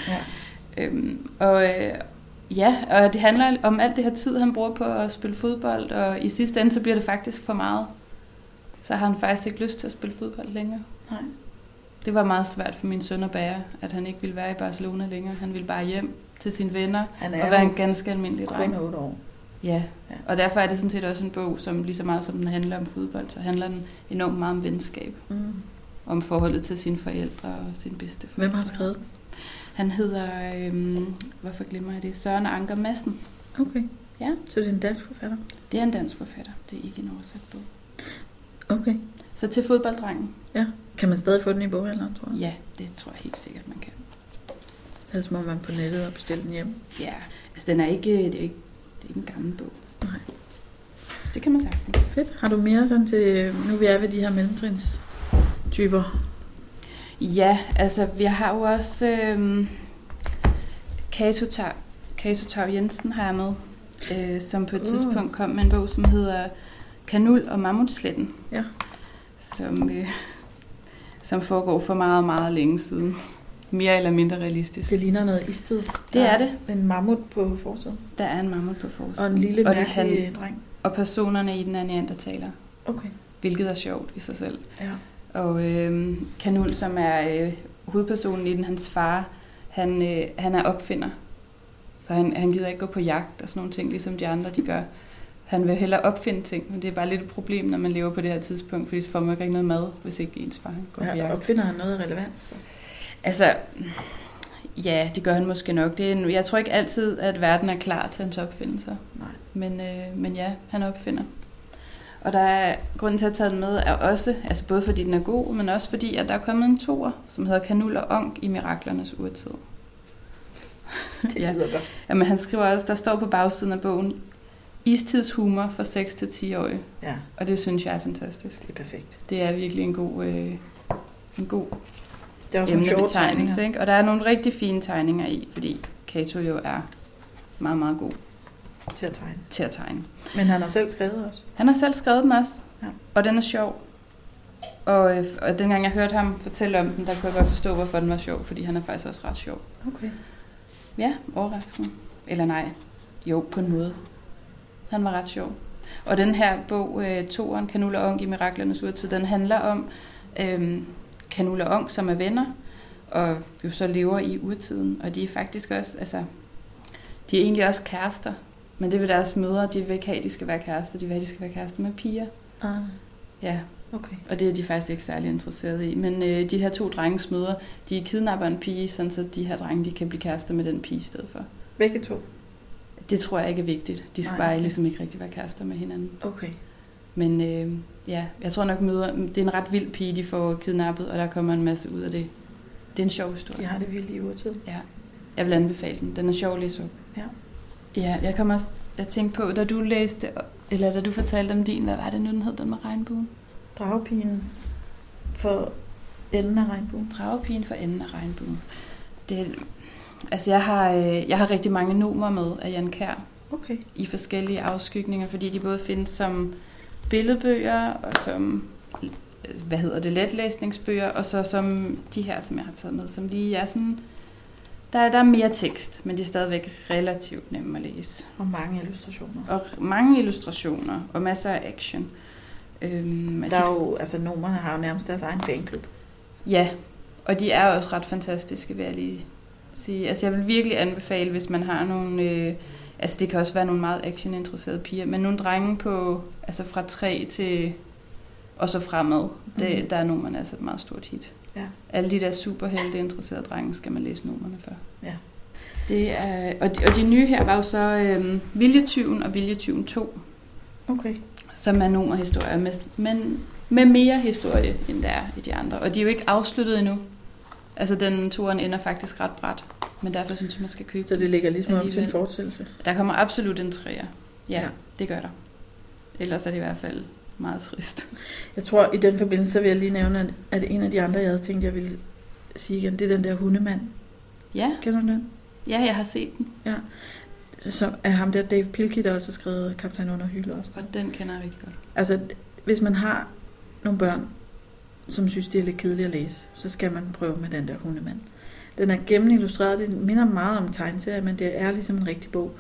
Ja. Og det handler om alt det her tid, han bruger på at spille fodbold, og i sidste ende, så bliver det faktisk for meget. Så har han faktisk ikke lyst til at spille fodbold længere. Nej. Det var meget svært for min søn at bære, at han ikke ville være i Barcelona længere. Han ville bare hjem til sine venner og være en ganske almindelig dreng. Kun 8 år. Ja, og derfor er det sådan set også en bog, som lige så meget som den handler om fodbold, så handler den enormt meget om venskab. Om forholdet til sine forældre og sin bedsteforældre. Hvem har skrevet den? Han hedder, hvorfor glemmer jeg det, Søren Anker Madsen. Okay. Ja. Så det er en dansk forfatter? Det er en dansk forfatter, det er ikke en oversat bog. Okay. Så til fodbolddrengen. Ja. Kan man stadig få den i boghandleren, tror jeg? Ja, det tror jeg helt sikkert, man kan. Ellers må man på nettet og bestille den hjem. Ja, altså det er ikke en gammel bog. Nej. Det kan man sagtens. Fedt. Har du mere sådan til, nu vi er ved de her mellemtrinstyper? Ja, altså vi har jo også Cato Tav Jensen har jeg med, som på et tidspunkt kom med en bog, som hedder Kanul og Mammutsletten. Ja. Som foregår for meget, meget længe siden. Mere eller mindre realistisk. Det ligner noget istid. Det er det. En mammut på forsiden. Der er en mammut på forsiden. Og en lille mærkelig dreng. Og personerne i den er neandertaler. Okay. Hvilket er sjovt i sig selv. Ja. Og Kanul, som er hovedpersonen i den, hans far, han er opfinder. Så han gider ikke gå på jagt og sådan nogle ting, ligesom de andre, de gør. Han vil hellere opfinde ting, men det er bare lidt et problem, når man lever på det her tidspunkt, fordi så får man ikke noget mad, hvis ikke ens far går på jagt. Opfinder han noget relevant? Så? Altså, ja, det gør han måske nok. Jeg tror ikke altid, at verden er klar til hans opfindelser. Nej. Men ja, han opfinder. Og der er, grunden til at tage den med er også, altså både fordi den er god, men også fordi, at der er kommet en toer, som hedder Kanul og Onk i Miraklernes urtid. Det lyder godt. Jamen han skriver også, der står på bagsiden af bogen, istidshumor for 6-10-årige. Ja. Og det synes jeg er fantastisk. Det er perfekt. Det er virkelig en god Det er også nogle sjove tegninger. Ikke? Og der er nogle rigtig fine tegninger i, fordi Cato jo er meget, meget god til at tegne. Men han har selv skrevet også. Han har selv skrevet den også, ja. Og den er sjov. Og dengang jeg hørte ham fortælle om den, der kunne jeg godt forstå, hvorfor den var sjov, fordi han er faktisk også ret sjov. Okay. Ja, overraskende. Eller nej, jo, på en måde. Han var ret sjov. Og den her bog, toeren, Kanul og Onk i Miraklernes urtid, den handler om Kanul og Onk, som er venner, og jo så lever i urtiden. Og de er faktisk også, altså, de er egentlig også kærester. Men det vil deres mødre, de vil ikke have, at de skal være kærester. De vil have, at de skal være kærester med piger. Ja, okay. Og det er de faktisk ikke særlig interesserede i. Men de her 2 drenges mødre, de kidnapper en pige, sådan så de her drenge, de kan blive kærester med den pige i stedet for. Begge 2? Det tror jeg ikke er vigtigt. De skal bare ligesom ikke rigtig være kærester med hinanden. Okay. Men ja, jeg tror nok det er en ret vild pige, de får kidnappet, og der kommer en masse ud af det. Det er en sjov historie. De har det vildt i urtid. Ja, jeg vil anbefale den. Den er sjov at læse op. Ja. Ja, jeg tænkte på, da du fortalte om din, hvad var det nu, den hed, den med regnbuen? Dragepigen for enden af regnbuen. Dragepigen for enden af regnbuen. Altså jeg har rigtig mange nomer med af Jan Kjær. Okay. I forskellige afskygninger, fordi de både findes som billedbøger og som letlæsningsbøger, og så som de her, som jeg har taget med, som lige er sådan, der er mere tekst, men de er stadigvæk relativt nemme at læse. Og mange illustrationer. Og mange illustrationer, og masser af action. Der er jo, altså numerne har jo nærmest deres egen fanklub. Ja, og de er også ret fantastiske, vil jeg lige sige. Altså jeg vil virkelig anbefale, hvis man har nogle, altså det kan også være nogle meget actioninteresserede piger, men nogle drenge på, altså fra 3 til, og så fremad, der er numerne altså et meget stort hit. Ja. Alle de der superhelte interesserede drenge skal man læse numerne for. Ja. Det er, og de nye her var jo så Viljetyven og Viljetyven 2. Okay. Som er nummerhistorier, men med mere historie, end der er i de andre. Og de er jo ikke afsluttet endnu. Altså den turen ender faktisk ret brat, men derfor synes jeg, man skal købe. Så det ligger ligesom op til en fortsættelse? Der kommer absolut en 3'er. Ja, det gør der. Ellers er det i hvert fald meget trist. Jeg tror, i den forbindelse vil jeg lige nævne, at en af de andre, jeg havde tænkt, jeg ville sige igen, det er den der hundemand. Ja. Kender du den? Ja, jeg har set den. Ja. Så er ham der Dave Pilkey, der også har skrevet Kaptajn Underhyld også. Og den kender jeg rigtig godt. Altså, hvis man har nogle børn, som synes, det er lidt kedeligt at læse, så skal man prøve med den der hundemand. Den er gennemillustreret, det minder meget om tegneserier, men det er ligesom en rigtig bog.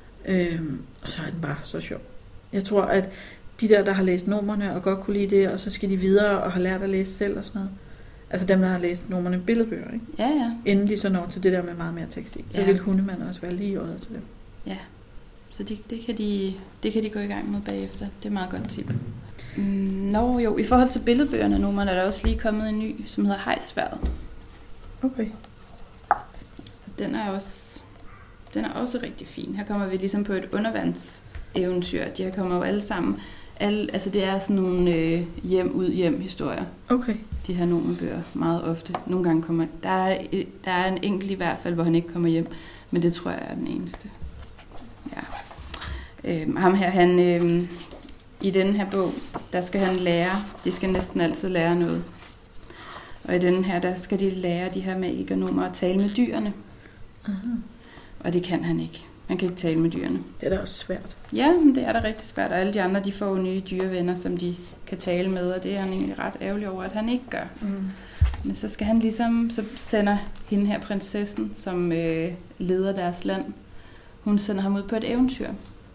Og så er den bare så sjov. Jeg tror, at de der har læst numrene og godt kunne lide det, og så skal de videre og har lært at læse selv og sådan noget. Altså dem, der har læst numrene billedbøger, ikke? Ja, ja. Inden de så når til det der med meget mere tekst i. Så vil hundemand også være lige i øjet til dem. Ja, så det kan de gå i gang med bagefter. Det er meget godt tip. Jo, i forhold til billedbøgerne numrene er der også lige kommet en ny, som hedder Hejsværet. Okay. Den er også rigtig fin. Her kommer vi ligesom på et undervandseventyr. De her kommer jo alle sammen. Altså det er sådan nogle hjem historier. Okay. De her nummerbøger meget ofte. Nogle gange kommer der er en enkelt i hvert fald, hvor han ikke kommer hjem, men det tror jeg er den eneste. Ja. Ham her, han i den her bog, der skal han lære. De skal næsten altid lære noget. Og i den her, der skal de lære de her magikernomer at tale med dyrene. Uh-huh. Og det kan han ikke. Han kan ikke tale med dyrene. Det er da også svært. Ja, men det er da rigtig svært. Og alle de andre, de får nye dyrevenner, som de kan tale med. Og det er han egentlig ret ærgerlig over, at han ikke gør. Mm. Men så skal han ligesom, så sender hende her prinsessen, som leder deres land. Hun sender ham ud på et eventyr.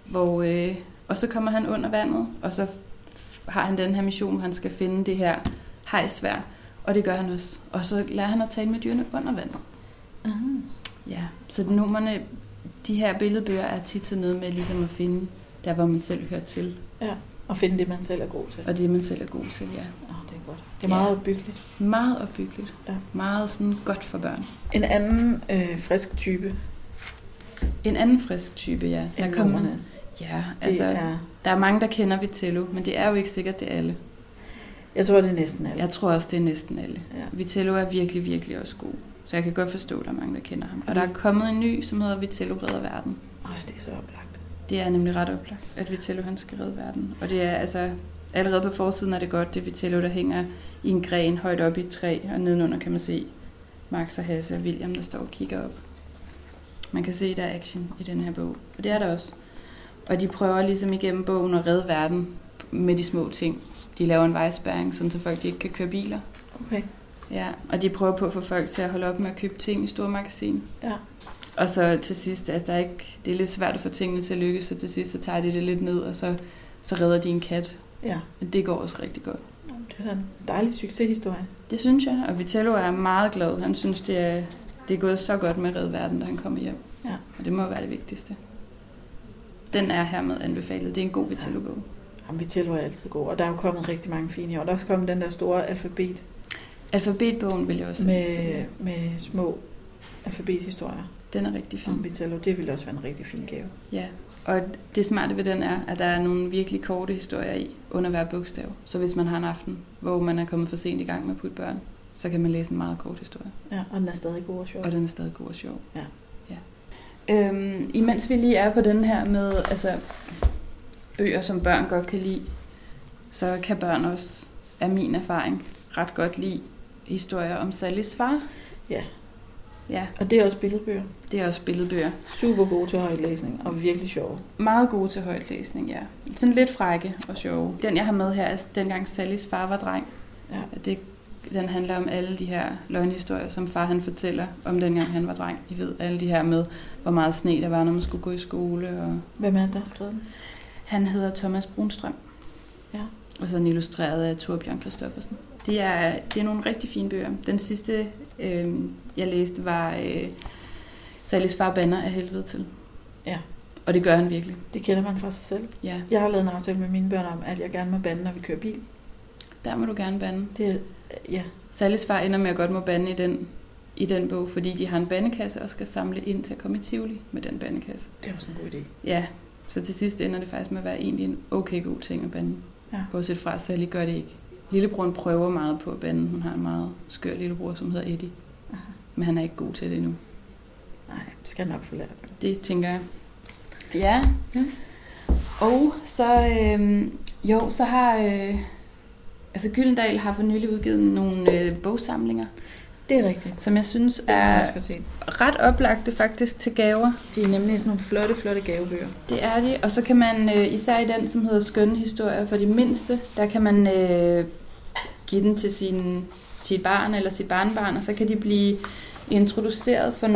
Og så kommer han under vandet, og så har han den her mission, hvor han skal finde det her hejsvær. Og det gør han også. Og så lærer han at tale med dyrene under vandet. Uh-huh. Ja, så numrene, de her billedbøger er tit sådan noget med ligesom at finde der, hvor man selv hører til. Ja, og finde det, man selv er god til. Og det, man selv er god til, ja. Det er godt. Det er meget opbyggeligt. Meget opbyggeligt. Ja. Meget sådan godt for børn. En anden frisk type. En anden frisk type, ja. Ja, altså, der er mange, der kender Vitello, men det er jo ikke sikkert, det er alle. Jeg tror, det er næsten alle. Jeg tror også, det er næsten alle. Ja. Vitello er virkelig, virkelig også god. Så jeg kan godt forstå, at der er mange, der kender ham. Og der er kommet en ny, som hedder Vitello redder verden. Det er så oplagt. Det er nemlig ret oplagt, at Vitello han skal redde verden. Og det er altså, allerede på forsiden er det godt, det er Vitello, der hænger i en gren højt op i et træ, og nedenunder kan man se Max og Hasse og William, der står og kigger op. Man kan se, der er action i den her bog, og det er der også. Og de prøver ligesom igennem bogen at redde verden med de små ting. De laver en vejspærring, sådan så folk de ikke kan køre biler. Okay. Ja, og de prøver på at få folk til at holde op med at købe ting i store magasin. Ja. Og så til sidst, altså det er lidt svært at få tingene til at lykkes, så til sidst så tager de det lidt ned, og så redder de en kat. Ja. Men det går også rigtig godt. Det er en dejlig succeshistorie. Det synes jeg, og Vitello er meget glad. Han synes, det er gået så godt med at redde verden, da han kommer hjem. Ja. Og det må være det vigtigste. Den er hermed anbefalet. Det er en god Vitello-bog. Jamen, Vitello er altid god, og der er jo kommet rigtig mange fine i år. Der er også kommet den der store alfabet. Alfabetbogen vil jeg også med små alfabethistorier. Den er rigtig fin. Vitello, det ville også være en rigtig fin gave. Ja, og det smarte ved den er, at der er nogle virkelig korte historier i under hver bogstav. Så hvis man har en aften, hvor man er kommet for sent i gang med at putte børn, så kan man læse en meget kort historie. Ja, og den er stadig god og sjov. Og den er stadig god og sjov. Ja. Imens vi lige er på den her med bøger, som børn godt kan lide, så kan børn også, af min erfaring, ret godt lide historier om Sallys far. Ja. Ja. Og det er også billedbøger. Det er også billedbøger. Super gode til højtlæsning og virkelig sjove. Meget gode til højtlæsning, ja. Sådan lidt frække og sjove. Den jeg har med her er dengang Sallys far var dreng. Ja. Den handler om alle de her løgnhistorier, som far han fortæller om dengang han var dreng. I ved alle de her med, hvor meget sne der var, når man skulle gå i skole. Og hvem er det, der har skrevet den? Han hedder Thomas Brunstrøm. Ja. Og så er den illustreret af Torbjørn Christoffersen. Det er nogle rigtig fine bøger. Den sidste, jeg læste, var Sallys far bander af helvede til. Ja. Og det gør han virkelig. Det kender man fra sig selv. Ja. Jeg har lavet en aftale med mine børn om, at jeg gerne må bande, når vi kører bil. Der må du gerne bande. Ja. Sallys far ender med at godt må bande i den bog, fordi de har en bandekasse og skal samle ind til at komme i Tivoli med den bandekasse. Det er også en god idé. Ja, så til sidst ender det faktisk med at være egentlig en okay god ting at bande. Ja. Bortset fra, at Sally gør det ikke. Lillebroren prøver meget på at bande. Hun har en meget skør lillebror, som hedder Eddie. Aha. Men han er ikke god til det endnu. Nej, det skal nok få lært. Det tænker jeg. Ja. Og så, så har Gyldendal har for nylig udgivet nogle bogsamlinger. Det er rigtigt. Som jeg synes er ret oplagte faktisk til gaver. De er nemlig sådan nogle flotte gavebøger. Det er de, og så kan man, især i den, som hedder Skønne historier for de mindste, der kan man give den til sit barn eller sit barnbarn, og så kan de blive introduceret for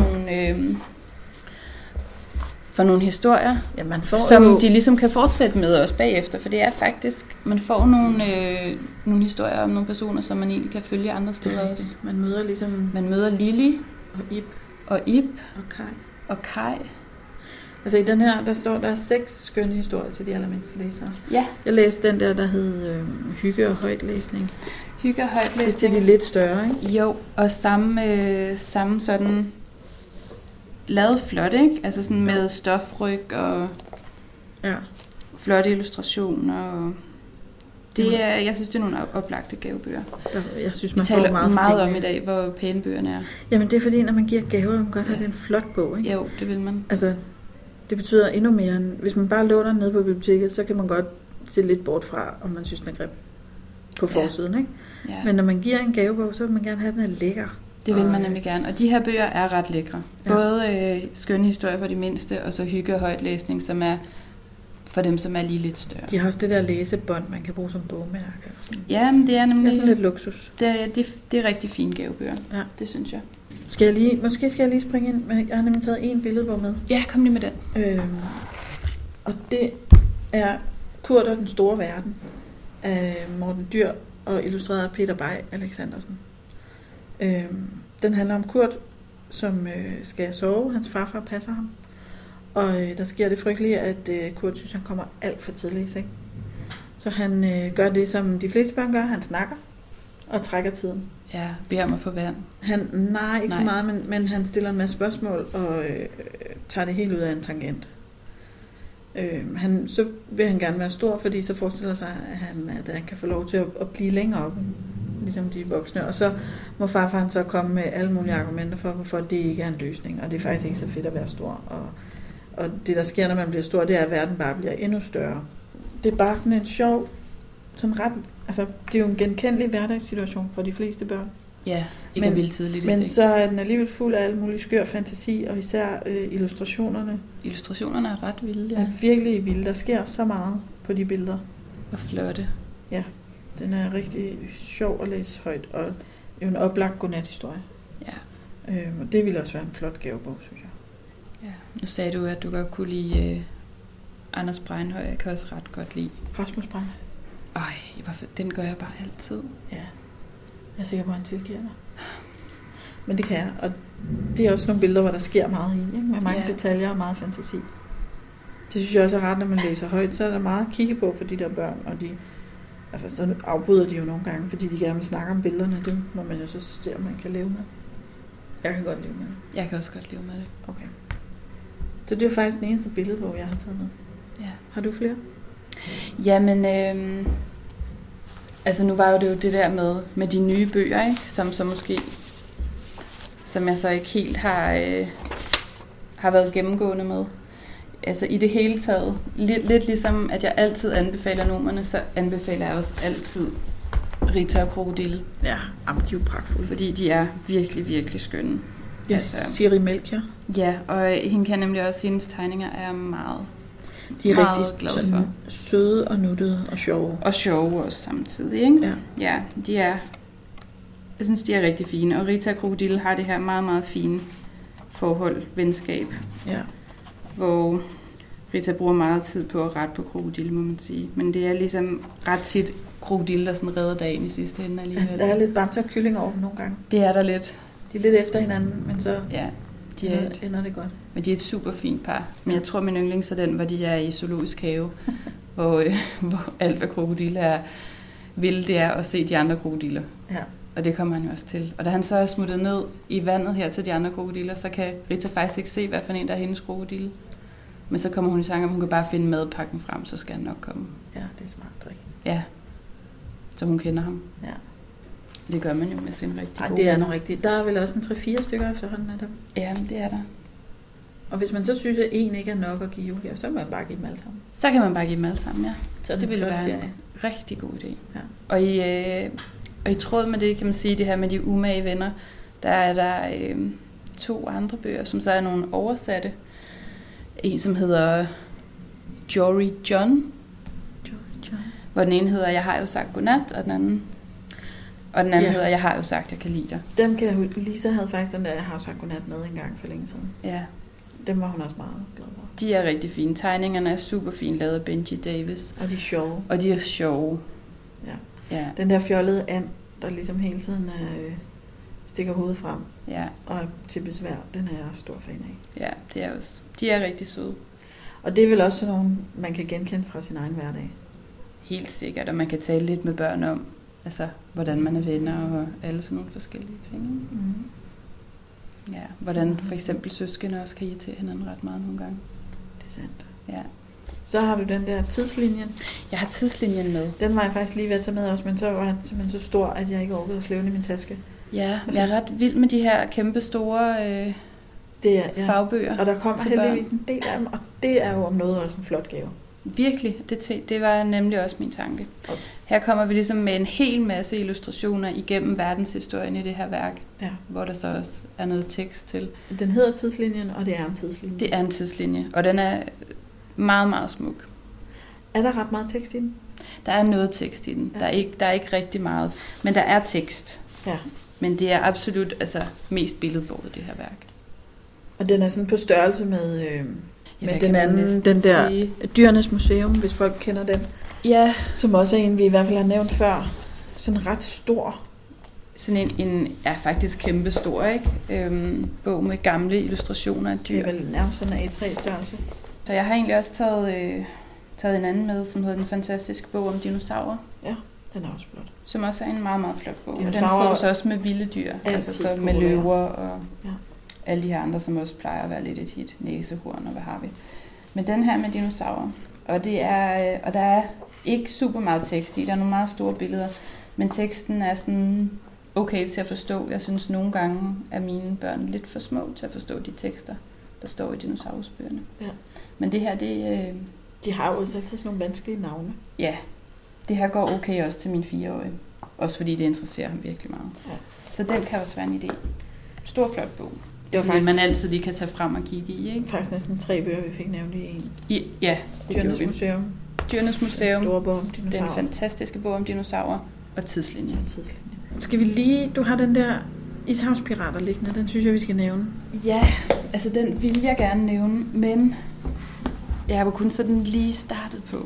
nogle historier, ja, man får som de ligesom kan fortsætte med også bagefter, for det er faktisk, man får nogle historier om nogle personer, som man egentlig kan følge andre steder også. Man møder Lili og Ib og Kai. Altså i den her, der står der 6 skønne historier til de allermindste læsere. Ja. Jeg læste den der hed Hygge og højtlæsning. Hygge og højtlæsning. Det er til de lidt større, ikke? Jo, og samme sådan lavet flot, ikke? Altså sådan med stofryg og flotte illustrationer. Og det er, jeg synes, det er nogle oplagte gavebøger. Jeg synes, man vi taler får meget om i dag, hvor pæne bøgerne er. Jamen det er fordi, når man giver gaver, man godt have en flot bog, ikke? Jo, det vil man. Altså, det betyder endnu mere end, hvis man bare låner den nede på biblioteket, så kan man godt se lidt bort fra, om man synes, den er grim på forsiden, ikke? Ja. Men når man giver en gavebog, så vil man gerne have, den er lækker. Det vil man nemlig gerne. Og de her bøger er ret lækre. Ja. Både skønne historier for de mindste, og så hygge og højtlæsning, som er for dem, som er lige lidt større. De har også det der læsebånd, man kan bruge som bogmærke. Ja, men det er nemlig... Det er sådan lidt luksus. Det er rigtig fine gavebøger. Ja. Det synes jeg. Måske skal jeg lige springe ind, men jeg har nemlig taget en billedbog med. Ja, kom lige med den. Og det er Kurt og den store verden af Morten Dyr og illustreret af Peter Bay Alexandersen. Den handler om Kurt, som skal sove. Hans farfar passer ham. Og der sker det frygtelige, at Kurt synes, han kommer alt for tidligt i seng. Så han gør det, som de fleste børn gør. Han snakker og trækker tiden. Ja, beder om at få vand. Nej, så meget, men han stiller en masse spørgsmål og tager det helt ud af en tangent. Så vil han gerne være stor, fordi så forestiller sig, at han kan få lov til at blive længere oppe, ligesom de voksne. Og så må farfaren så komme med alle mulige argumenter for, hvorfor det ikke er en løsning. Og det er faktisk ikke så fedt at være stor. Og det, der sker, når man bliver stor, det er, at verden bare bliver endnu større. Det er bare sådan en sjov, sådan ret, altså det er jo en genkendelig hverdagssituation for de fleste børn. Ja, ikke er vildt tidligt men så er den alligevel fuld af alle mulige skør fantasi, og især illustrationerne. Illustrationerne er ret vilde, ja. Er virkelig vilde. Der sker så meget på de billeder. Og flotte. Ja, den er rigtig sjov at læse højt, og det er jo en oplagt godnathistorie. Ja. Og det ville også være en flot gavebog, synes jeg. Ja. Nu sagde du, at du godt kunne lide Anders Breinhøj. Jeg kan også ret godt lide Rasmus Breinhøj. Den gør jeg bare altid. Ja. Jeg er sikker på, at han tilgiver mig. Men det kan jeg. Og det er også nogle billeder, hvor der sker meget i, ikke? Med mange detaljer og meget fantasi. Det synes jeg også er ret, når man læser højt. Så er der meget at kigge på for de der børn. Og så afbryder de jo nogle gange, fordi de gerne vil snakke om billederne. Det må man jo så se, om man kan leve med. Jeg kan godt leve med det. Jeg kan også godt leve med det. Okay. Så det er faktisk den eneste billedbog, jeg har taget med. Ja. Har du flere? Jamen, nu var jo det der med de nye bøger, ikke? Som jeg så ikke helt har været gennemgående med. Altså i det hele taget, lidt ligesom at jeg altid anbefaler numrene, så anbefaler jeg også altid Rita og Krokodille. Ja, de er jo pragtfulde. Fordi de er virkelig, virkelig skønne. Ja, Siri Melchior. Ja, og hende kan nemlig også, hendes tegninger er meget, de er meget rigtig glad for. Søde og nuttede og sjove. Og sjove også samtidig, ikke? Ja. Ja, jeg synes, de er rigtig fine. Og Rita og Krokodille har det her meget, meget fine forhold, venskab. Ja. Hvor Rita bruger meget tid på at rette på Krokodille, må man sige. Men det er ligesom ret tit Krokodille, der sådan redder dagen i sidste ende alligevel. Der er lidt bamse og kylling over dem nogle gange. Det er der lidt. De er lidt efter hinanden, men så ender det godt. Men de er et super fint par. Men jeg tror, min yndlings er den, hvor de er i zoologisk have, hvor alt, hvad krokodille er, vil, det er at se de andre krokodiller. Ja. Og det kommer han jo også til. Og da han så er smuttet ned i vandet her til de andre krokodiller, så kan Rita faktisk ikke se, hvad for en der er hendes krokodille. Men så kommer hun i sang, om hun kan bare finde madpakken frem, så skal han nok komme. Ja, det er smart drik. Ja, så hun kender ham. Ja. Det gør man jo med sin rigtig gode. Det er nok rigtigt. Der er vel også en 3-4 stykker efterhånden af dem. Ja, det er der. Og hvis man så synes, at en ikke er nok at give, så kan man bare give dem alle sammen. Så kan man bare give dem alle sammen, ja. Så det ville være en rigtig god idé. Ja. Og i tråd med det, kan man sige, det her med de umage venner, der er der 2 andre bøger, som så er nogle oversatte. En, som hedder Jory John. Hvor den ene hedder, jeg har jo sagt godnat, og den anden hedder, jeg har jo sagt, jeg kan lide dig. Dem kan jeg huske. Lisa havde faktisk den der, jeg har jo sagt godnat med en gang for længe siden. Ja. Dem var hun også meget glad for. De er rigtig fine. Tegningerne er super fine, lavet af Benji Davis. Og de er sjove. Ja. Den der fjollede and, der ligesom hele tiden stikker hovedet frem. Ja. Og til besvær, den er jeg stor fan af. Ja, det er også. De er rigtig søde. Og det er vel også nogle, man kan genkende fra sin egen hverdag. Helt sikkert, og man kan tale lidt med børn om, altså, hvordan man er venner og alle sådan nogle forskellige ting. Mm. Ja, hvordan for eksempel søskende også kan irritere hinanden ret meget nogle gange. Det er sandt. Ja. Så har du den der tidslinjen. Jeg har tidslinjen med. Den var jeg faktisk lige ved at tage med også, men så var den simpelthen så stor, at jeg ikke orkede at slæve den i min taske. Ja, jeg er ret vild med de her kæmpe store fagbøger. Og der kommer heldigvis en del af dem, og det er jo om noget også en flot gave. Virkelig, det var nemlig også min tanke. Okay. Her kommer vi ligesom med en hel masse illustrationer igennem verdenshistorien i det her værk, hvor der så også er noget tekst til. Den hedder Tidslinjen, og det er en tidslinje. Det er en tidslinje, og den er meget, meget smuk. Er der ret meget tekst i den? Der er noget tekst i den. Ja. Der er ikke rigtig meget, men der er tekst. Ja. Men det er absolut mest billedbordet, det her værk. Og den er sådan på størrelse med... Men den anden, den der Dyrenes Museum, hvis folk kender den. Ja. Som også er en, vi i hvert fald har nævnt før. Sådan ret stor. Sådan en faktisk kæmpe stor, ikke? Bog med gamle illustrationer af dyr. Det er vel nærmest sådan en A3-størrelse. Så jeg har egentlig også taget en anden med, som hedder Den fantastiske bog om dinosaurer. Ja, den er også flot. Som også er en meget, meget flot bog. Og den fås også med vilde dyr. Altså så med løver og... Ja. Alle de her andre, som også plejer at være lidt et hit. Næsehorn og hvad har vi. Men den her med dinosaurer, og der er ikke super meget tekst i, der er nogle meget store billeder, men teksten er sådan okay til at forstå. Jeg synes nogle gange er mine børn lidt for små til at forstå de tekster, der står i dinosaurusbøgerne. Ja. Men det her, de har jo også altid sådan nogle vanskelige navne. Ja, det her går okay også til min 4-årige. Også fordi det interesserer ham virkelig meget. Ja. Så den kan også være en idé. Stor, flot bog. Det var faktisk, man altid lige kan tage frem og kigge i, ikke? Faktisk næsten 3 bøger, vi fik nævnt i en. Ja, det Dyrenes Museum. Dyrenes Museum. Den store bog om dinosaurer. Den fantastiske bog om dinosaurer. Og tidslinjen. Skal vi lige... Du har den der Ishavspirater liggende. Den synes jeg, vi skal nævne. Ja, altså den vil jeg gerne nævne. Men jeg var kun sådan lige startet på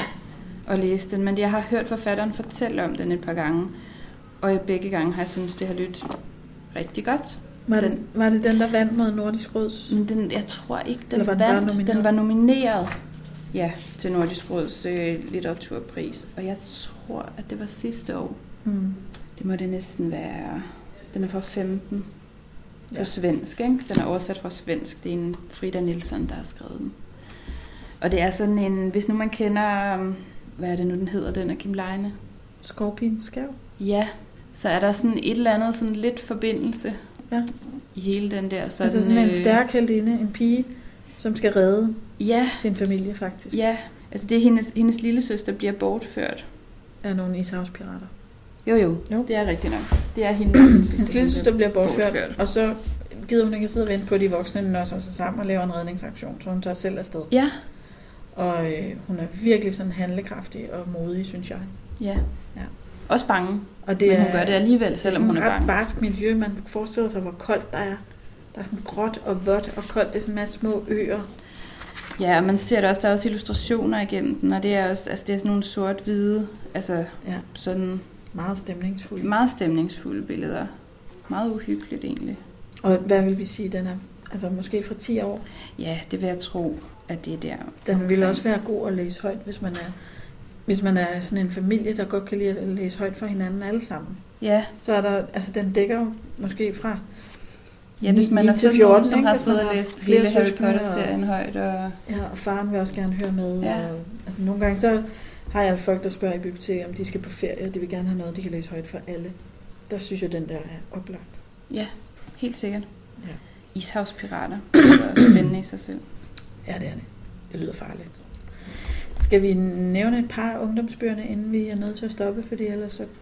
at læse den. Men jeg har hørt forfatteren fortælle om den et par gange. Og i begge gange har jeg synes det har lyttet rigtig godt. Var det den, der vandt noget Nordisk Råds? Men jeg tror ikke, den vandt. Den var nomineret til Nordisk Råds litteraturpris. Og jeg tror, at det var sidste år. Det må det næsten være. Den er fra 15 på svensk, ikke? Den er oversat fra svensk. Det er en Frida Nilsson, der har skrevet den. Og det er sådan en, hvis nu man kender, hvad er det nu, den hedder, den af Kim Leine? Skorpigen Skæv? Ja, så er der sådan et eller andet sådan lidt forbindelse i hele den der. Sådan, altså sådan en stærk heldinde, en pige, som skal redde sin familie faktisk. Ja, altså det er hendes lillesøster bliver bortført. Af nogle ishavspirater. Jo, det er rigtigt nok. Det er hendes lillesøster bliver bortført, og så gider hun ikke sidde og vente på, de voksne også sig sammen og laver en redningsaktion, så hun tager selv afsted. Ja. Og hun er virkelig sådan handlekraftig og modig, synes jeg. Ja. Også bange. Og men hun gør det alligevel, selvom hun er bange. Det er sådan et ret barsk miljø. Man forestiller sig, hvor koldt der er. Der er sådan gråt og vådt og koldt. Det er sådan en masse små øer. Ja, og man ser det også. Der er også illustrationer igennem den, og det er også, altså det er sådan nogle sort-hvide, altså sådan meget stemningsfulde. Meget stemningsfulde billeder. Meget uhyggeligt egentlig. Og hvad vil vi sige, den er? Altså måske fra 10 år? Ja, det vil jeg tro, at det er der. Den vil også være god at læse højt, hvis man er sådan en familie, der godt kan lide at læse højt for hinanden alle sammen. Ja. Så er der, altså den dækker jo måske fra hvis man er sådan 14, nogen, som har siddet og læst hele Harry Potter-serien højt. Og faren vil også gerne høre med. Ja. Og, altså nogle gange så har jeg folk, der spørger i biblioteket, om de skal på ferie, og de vil gerne have noget, de kan læse højt for alle. Der synes jeg, den der er oplagt. Ja, helt sikkert. Ja. Ishavspirater. Det er også spændende i sig selv. Ja, det er det. Det lyder farligt. Skal vi nævne et par ungdomsbøgerne, inden vi er nødt til at stoppe, fordi ellers så...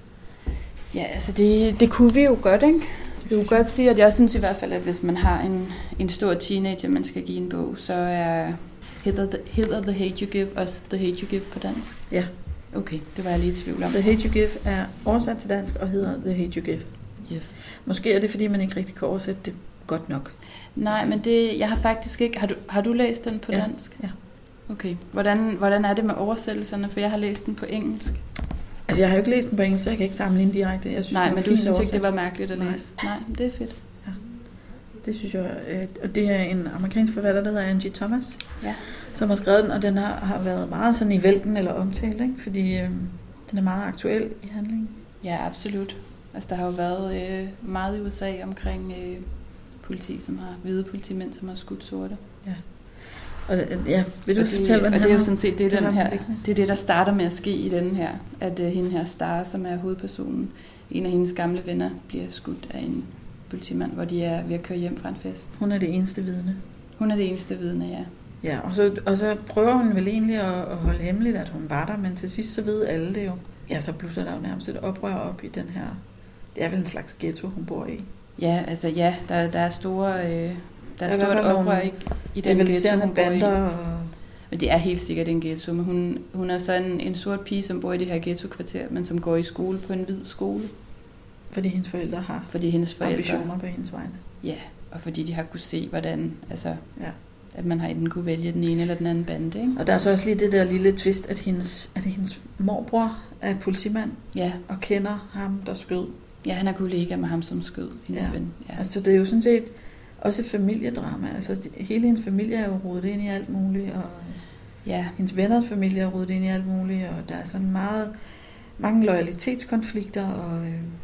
Ja, altså det kunne vi jo godt, ikke? Vi kunne godt sige, at jeg synes i hvert fald, at hvis man har en stor teenager, man skal give en bog, så er hedder The Hate You Give også The Hate You Give på dansk? Ja. Okay, det var jeg lige i tvivl om. The Hate You Give er oversat til dansk og hedder The Hate You Give. Yes. Måske er det, fordi man ikke rigtig kan oversætte det godt nok. Nej, men jeg har faktisk ikke... Har du læst den på dansk? Ja. Okay. Hvordan er det med oversættelserne? For jeg har læst den på engelsk. Altså, jeg har jo ikke læst den på engelsk, så jeg kan ikke sammenligne direkte. Jeg synes, nej, men du synes ikke, det var mærkeligt at læse? Nej, det er fedt. Ja, det synes jeg. Og det er en amerikansk forfatter, der hedder Angie Thomas, som har skrevet den, og den har været meget sådan i vælten eller omtalt, ikke? Fordi den er meget aktuel i handlingen. Ja, absolut. Altså, der har jo været meget i USA omkring politi, som har hvide politimænd, som har skudt sorte. Ja. Og vil du fortælle, hvad og det er jo sådan set det er det, der starter med at ske i den her, at hende her Star, som er hovedpersonen, en af hendes gamle venner, bliver skudt af en politimand, hvor de er ved at køre hjem fra en fest. Hun er det eneste vidne. Hun er det eneste vidne, ja. Ja, og så prøver hun vel egentlig at holde hemmeligt, at hun var der, men til sidst så ved alle det jo. Ja, så blusser der jo nærmest et oprør op i den her, det er vel en slags ghetto, hun bor i. Ja, altså der er store... Der er stort oprør i den ghetto, hun bor i. Men det er helt sikkert en ghetto. Men hun er så en sort pige, som bor i det her ghetto-kvarter, men som går i skole på en hvid skole. Fordi hendes forældre har ambitioner på hendes vegne. Ja, og fordi de har kunne se, hvordan, altså, at man har enten kunne vælge den ene eller den anden bande. Ikke? Og der er så også lige det der lille twist, at hendes morbror er politimand og kender ham, der skød. Ja, han er kollega med ham, som skød hendes ven. Ja. Altså det er jo sådan set også et familiedrama. Altså hele hendes familie er jo rodet ind i alt muligt, og hendes venners familie er rodet ind i alt muligt, og der er sådan mange loyalitetskonflikter. Og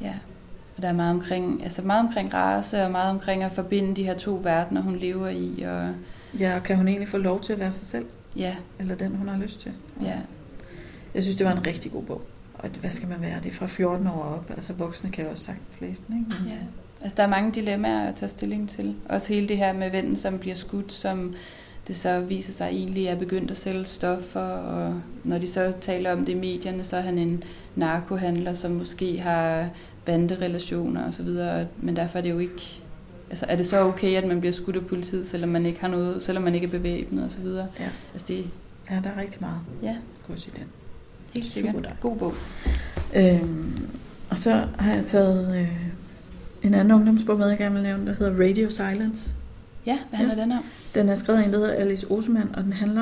og der er meget omkring race, og meget omkring at forbinde de her to verdener, hun lever i, og Ja, og kan hun egentlig få lov til at være sig selv? Ja. Eller den, hun har lyst til? Ja. Jeg synes, det var en rigtig god bog. Og hvad skal man være? Det er fra 14 år op. Altså voksne kan jo også sagtens læse den, ikke? Ja. Altså der er mange dilemmaer at tage stilling til. Også hele det her med vennen, som bliver skudt, som det så viser sig egentlig er begyndt at sælge stoffer. Og når de så taler om det i medierne, så er han en narkohandler, som måske har banderelationer og så videre. Men derfor er det jo ikke... Altså er det så okay, at man bliver skudt af politiet, selvom man ikke har noget, selvom man ikke er bevæbnet og så videre? Ja. Altså det... Ja, der er rigtig meget. Ja. Gå sige den. Helt sikkert. God bog. Og så har jeg taget en anden ungdomsbog med, jeg gerne vil nævne, der hedder Radio Silence. Ja, hvad handler den om? Den er skrevet af en, der hedder Alice Osemann, og den handler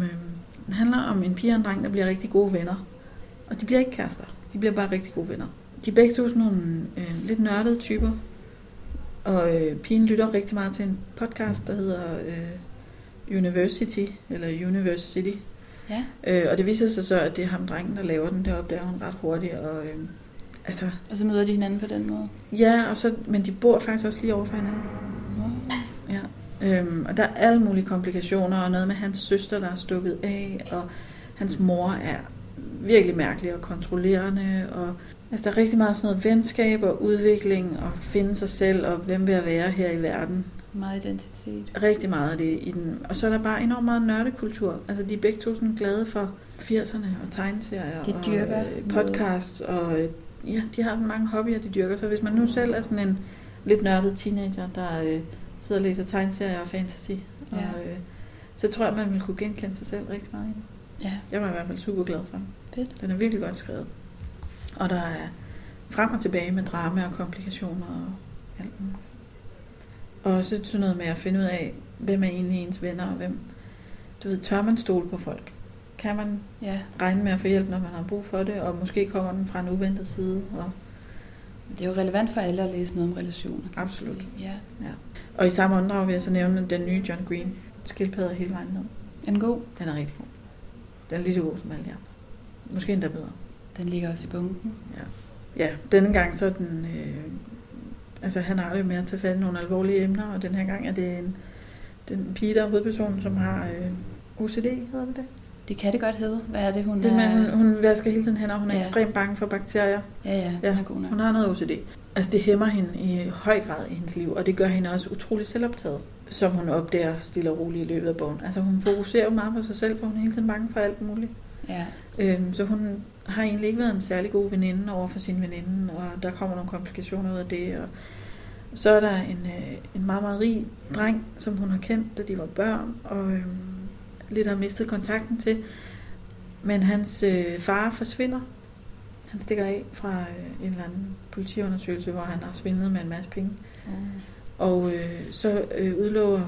om en pige og en dreng, der bliver rigtig gode venner. Og de bliver ikke kærester. De bliver bare rigtig gode venner. De er begge to sådan nogle lidt nørdede typer. Og pigen lytter rigtig meget til en podcast, der hedder University, eller University. Ja. Og det viser sig så, at det er ham drengen, der laver den. Det opdager hun ret hurtigt. Og så møder de hinanden på den måde? Ja, men de bor faktisk også lige over for hinanden. Ja. Og der er alle mulige komplikationer, og noget med hans søster, der er stukket af, og hans mor er virkelig mærkelig og kontrollerende, og altså, der er rigtig meget sådan noget venskab og udvikling, og finde sig selv, og hvem vil jeg være her i verden. Meget identitet. Rigtig meget af det i den. Og så er der bare enormt meget nørdekultur. Altså, de er begge to sådan glade for 80'erne og tegneserier og podcasts, og ja, de har mange hobbyer, de dyrker. Så hvis man nu selv er sådan en lidt nørdet teenager, der sidder og læser tegneserier og fantasy, ja. Så tror jeg, man vil kunne genkende sig selv rigtig meget i den. Ja. Jeg var i hvert fald super glad for den. Fedt. Den er virkelig godt skrevet. Og der er frem og tilbage med drama og komplikationer og alt muligt. Og også sådan noget med at finde ud af, hvem er egentlig ens venner, og hvem, tør man stole på folk? Kan man regne med at få hjælp, når man har brug for det, og måske kommer den fra en uventet side? Og det er jo relevant for alle at læse noget om relationer. Absolut. Ja. Og i samme åndedrag vil jeg så nævne den nye John Green, Skildpadder hele vejen ned. Er den god? Den er rigtig god. Den er lige så god som alle de andre. Måske endda bedre. Den ligger også i bunken. Ja, denne gang så er den... han har det med at tage fat i nogle alvorlige emner, og den her gang er det den pige, der er hovedpersonen, som har OCD, hedder det? Det kan det godt hedde. Hvad er det, hun det med, hun vasker hele tiden hænder, og hun er ekstremt bange for bakterier. Ja, den er god nok. Hun har noget OCD. Altså det hæmmer hende i høj grad i hendes liv, og det gør hende også utrolig selvoptaget, som hun opdager stille og roligt i løbet af bogen. Altså hun fokuserer jo meget på sig selv, for hun er hele tiden bange for alt muligt. Ja. Så hun har egentlig ikke været en særlig god veninde over for sin veninde, og der kommer nogle komplikationer ud af det. Og så er der en meget, meget rig dreng, som hun har kendt, da de var børn, og lidt har mistet kontakten til. Men hans far forsvinder. Han stikker af fra en eller anden politiundersøgelse, hvor han har svindlet med en masse penge. Og så udlover,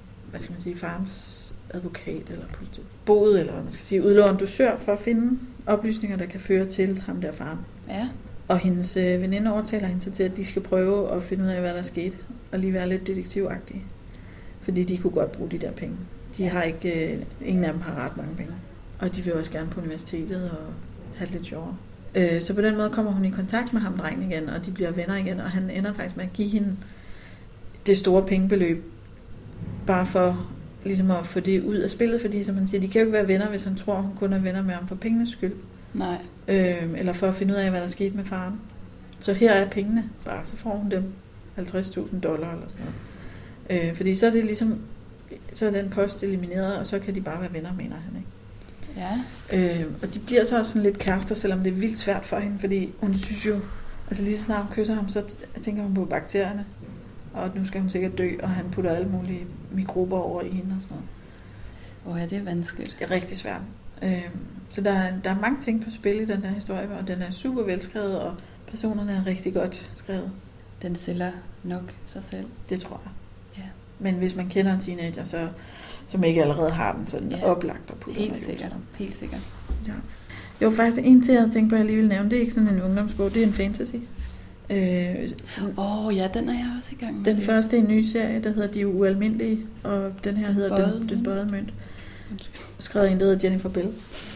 farens advokat eller bod, eller hvad man skal sige, udlover en dusør for at finde oplysninger, der kan føre til ham der faren. Ja. Og hendes veninde overtaler hende til, at de skal prøve at finde ud af, hvad der skete, og lige være lidt detektivagtige. Fordi de kunne godt bruge de der penge. De har ikke, ingen af dem har ret mange penge. Og de vil også gerne på universitetet og have det lidt sjovere. Så på den måde kommer hun i kontakt med ham drengen igen, og de bliver venner igen, og han ender faktisk med at give hende det store pengebeløb, bare for ligesom at få det ud af spillet, fordi som han siger, de kan jo ikke være venner, hvis han tror, hun kun er venner med ham for pengenes skyld. Nej. Eller for at finde ud af, hvad der skete med faren. Så her er pengene, bare så får hun dem $50,000 eller sådan noget. Fordi så er det ligesom, så er den post elimineret, og så kan de bare være venner, mener han, ikke? Ja. Og de bliver så også sådan lidt kærester, selvom det er vildt svært for hende, fordi hun synes jo, altså lige så snart hun kysser ham, så tænker hun på bakterierne, og nu skal hun sikkert dø, og han putter alle mulige mikrober over i hende og sådan noget. Ja, det er vanskeligt. Det er rigtig svært. Så der er mange ting på spil i den der historie, og den er super velskrevet, og personerne er rigtig godt skrevet. Den sælger nok sig selv. Det tror jeg. Ja. Men hvis man kender en teenager, så som ikke allerede har den sådan oplagt og putter. Helt sikkert. Ja. Jo, faktisk en til, jeg tænkte på, at jeg lige vil nævne, det er ikke sådan en ungdomsbog, det er en fantasy. Ja, den er jeg også i gang med. Den første er en ny serie, der hedder De Ualmindelige, og den her hedder Den Bøjede Mønt. Skrevet en, der hedder Jennifer Bell.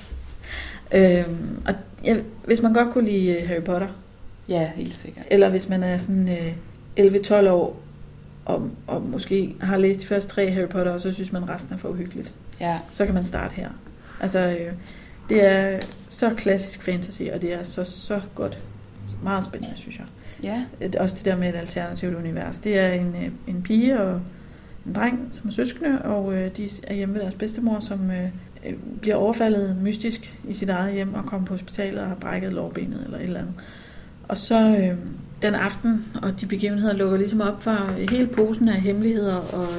Og hvis man godt kunne lide Harry Potter. Ja, helt sikkert. Eller hvis man er sådan 11-12 år, og måske har læst de første 3 Harry Potter, og så synes man, resten er for uhyggeligt. Ja. Så kan man starte her. Altså, det er så klassisk fantasy, og det er så godt. Meget spændende, synes jeg. Ja. Også det der med et alternativt univers. Det er en pige og en dreng, som er søskende, og de er hjemme ved deres bedstemor, som bliver overfaldet mystisk i sit eget hjem og kommer på hospitalet og har brækket lårbenet eller et eller andet. Og så den aften, og de begivenheder lukker ligesom op for hele posen af hemmeligheder og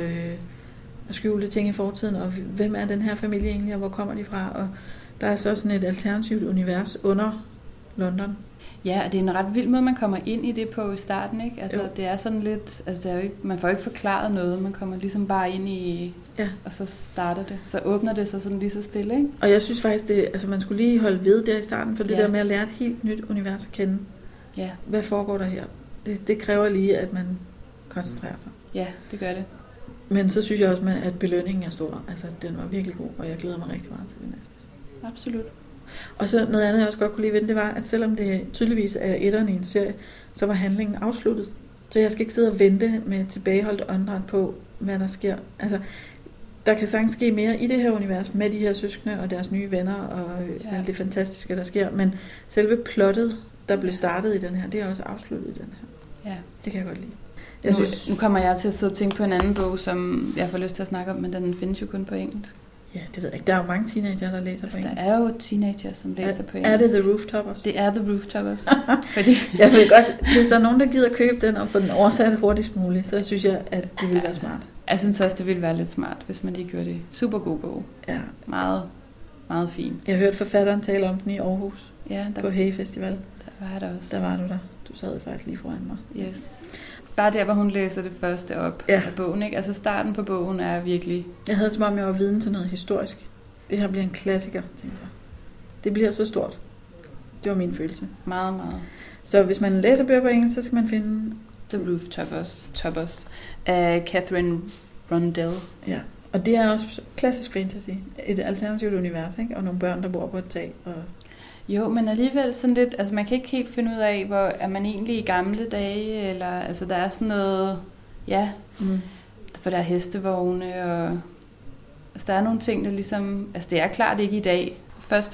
skjulte ting i fortiden, og hvem er den her familie egentlig, og hvor kommer de fra? Og der er så sådan et alternativt univers under London. Ja, og det er en ret vild måde, man kommer ind i det på i starten, ikke? Altså, det er sådan lidt, altså det er jo ikke, man får ikke forklaret noget, man kommer ligesom bare ind i, og så starter det. Så åbner det sig sådan lige så stille, ikke? Og jeg synes faktisk, man skulle lige holde ved der i starten, for det der med at lære et helt nyt univers at kende. Ja. Hvad foregår der her? Det kræver lige, at man koncentrerer sig. Ja, det gør det. Men så synes jeg også, at belønningen er stor. Altså, den var virkelig god, og jeg glæder mig rigtig meget til det næste. Absolut. Og så noget andet, jeg også godt kunne lide ved det var, at selvom det tydeligvis er etteren i en serie, så var handlingen afsluttet. Så jeg skal ikke sidde og vente med tilbageholdt åndedræt på, hvad der sker. Altså, der kan sagtens ske mere i det her univers med de her søskende og deres nye venner og alt det fantastiske, der sker. Men selve plottet, der blev startet i den her, det er også afsluttet i den her. Ja. Det kan jeg godt lide. Nu kommer jeg til at sidde og tænke på en anden bog, som jeg får lyst til at snakke om, men den findes jo kun på engelsk. Ja, det ved jeg ikke. Der er jo mange teenager, der læser på engelsk. Der er jo teenager, som læser på engelsk. Er det The Rooftoppers? Det er The Rooftoppers. Fordi jeg ved godt, hvis der er nogen, der gider købe den og få den oversat hurtigst muligt, så synes jeg, at det ville være smart. Jeg synes også, det ville være lidt smart, hvis man lige gjorde det. Super god bog. Ja. Meget, meget fin. Jeg har hørt forfatteren tale om den i Aarhus. Ja, på Hey Festival. Der var jeg der også. Der var du der. Du sad faktisk lige foran mig. Yes. Bare der, hvor hun læser det første op af bogen, ikke? Altså starten på bogen er virkelig... Jeg havde som om, jeg var viden til noget historisk. Det her bliver en klassiker, tænkte jeg. Det bliver så stort. Det var min følelse. Meget, meget. Så hvis man læser bøger på engelsk, så skal man finde... The Rooftoppers af Catherine Rundell. Ja, og det er også klassisk fantasy. Et alternativt univers, ikke? Og nogle børn, der bor på et tag. Og... Jo, men alligevel sådan lidt... Altså man kan ikke helt finde ud af, hvor er man egentlig i gamle dage, eller... Altså der er sådan noget... Ja, for der er hestevogne, og... Altså der er nogle ting, der ligesom... Altså det er klart ikke i dag. Først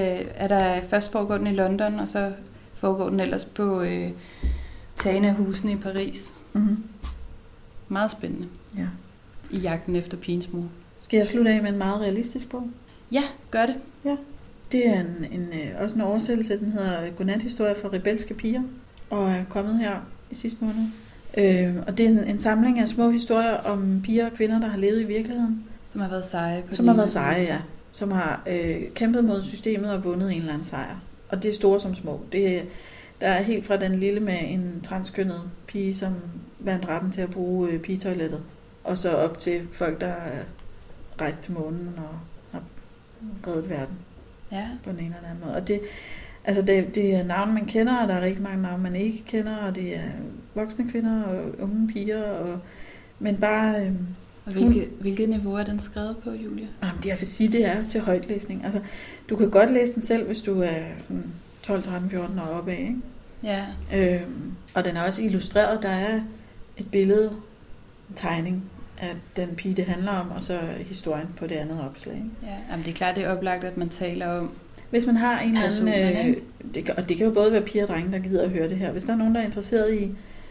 foregår den i London, og så foregår den ellers på tagene af husene i Paris. Mm-hmm. Meget spændende. Ja. I jagten efter pigens mor. Skal jeg slutte af med en meget realistisk bog? Ja, gør det. Ja. Det er også en oversættelse, den hedder Godnathistorie for rebelske piger, og er kommet her i sidste måned. Og det er en samling af små historier om piger og kvinder, der har levet i virkeligheden. Som har været seje. Ja. Som har kæmpet mod systemet og vundet en eller anden sejr. Og det er store som små. Der er helt fra den lille med en transkønnet pige, som vandt retten til at bruge pigetoilettet, og så op til folk, der er rejst til månen og har reddet verden på den ene eller anden måde. Og det er navne, man kender, og der er rigtig mange navne, man ikke kender, og det er voksne kvinder og unge piger, men bare... Og hvilket niveau er den skrevet på, Julie? Jamen, det jeg vil sige, det er til højtlæsning. Altså, du kan godt læse den selv, hvis du er 12, 13, 14 år opad, ikke? Ja. Og den er også illustreret. Der er et billede, en tegning af den pige, det handler om, og så historien på det andet opslag. Ikke? Ja, jamen, det er klart, det er oplagt, at man taler om... Hvis man har en eller anden... Og det kan jo både være piger og drenge, der gider at høre det her. Hvis der er nogen, der er interesseret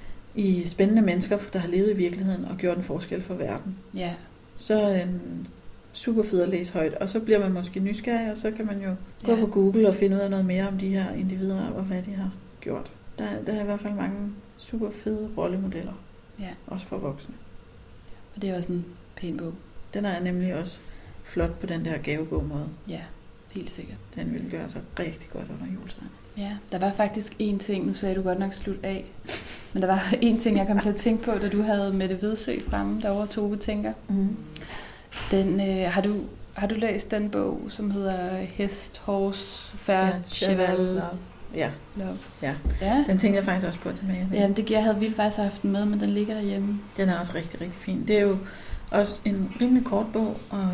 i spændende mennesker, der har levet i virkeligheden og gjort en forskel for verden, så er en super fed at læse højt. Og så bliver man måske nysgerrig, og så kan man jo gå på Google og finde ud af noget mere om de her individer og hvad de har gjort. Der er i hvert fald mange super fede rollemodeller, også for voksne. Og det er også en pæn bog. Den er nemlig også flot på den der gavebog-måde. Ja, helt sikkert. Den ville gøre sig rigtig godt under juletræet. Ja, der var faktisk en ting, nu sagde du godt nok slut af, men der var en ting, jeg kom til at tænke på, da du havde Mette Vedsø fremme derovre, Tove tænker. Mm. Den, har du læst den bog, som hedder Hest, Horse, Fair, Cheval, Love? Ja. Love. Ja, den tænkte jeg faktisk også på at tage med. Ja, jeg havde vildt faktisk haft den med, men den ligger derhjemme. Den er også rigtig, rigtig fin. Det er jo også en rimelig kort bog, og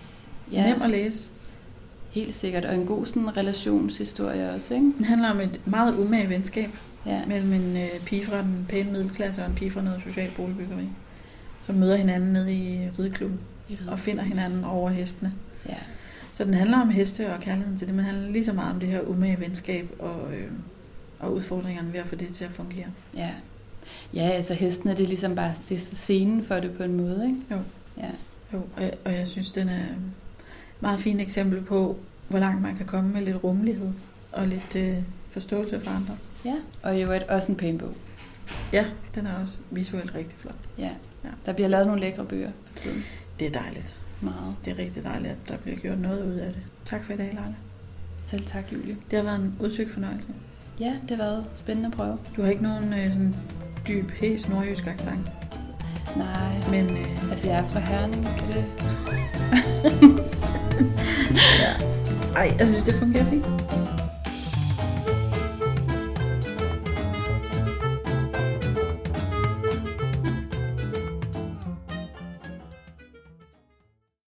nem at læse. Helt sikkert, og en god sådan relationshistorie også, ikke? Den handler om et meget umage venskab mellem en pige fra den pæne middelklasse og en pige fra noget socialt boligbyggeri. som møder hinanden nede i rideklubben og finder hinanden over hestene. Ja. Så den handler om heste og kærligheden til det, men handler lige så meget om det her umage venskab og udfordringerne ved at få det til at fungere. Ja. Ja, altså hestene, det er ligesom bare det er scenen for det på en måde, ikke? Jo. Ja. Jo, og jeg synes, den er et meget fint eksempel på, hvor langt man kan komme med lidt rummelighed og lidt forståelse for andre. Ja, og jo også en pæn bog. Ja, den er også visuelt rigtig flot. Ja. Der bliver lavet nogle lækre bøger på tiden. Det er dejligt. Meget. Det er rigtig dejligt, at der bliver gjort noget ud af det. Tak for i dag, Leila. Selv tak, Julie. Det har været en udsøgt fornøjelse. Ja, det har været spændende at prøve. Du har ikke nogen sådan dyb, hæs nordjysk accent? Nej, Men altså jeg er fra Herning, kan det? ja. Ej, jeg synes, det fungerer fint.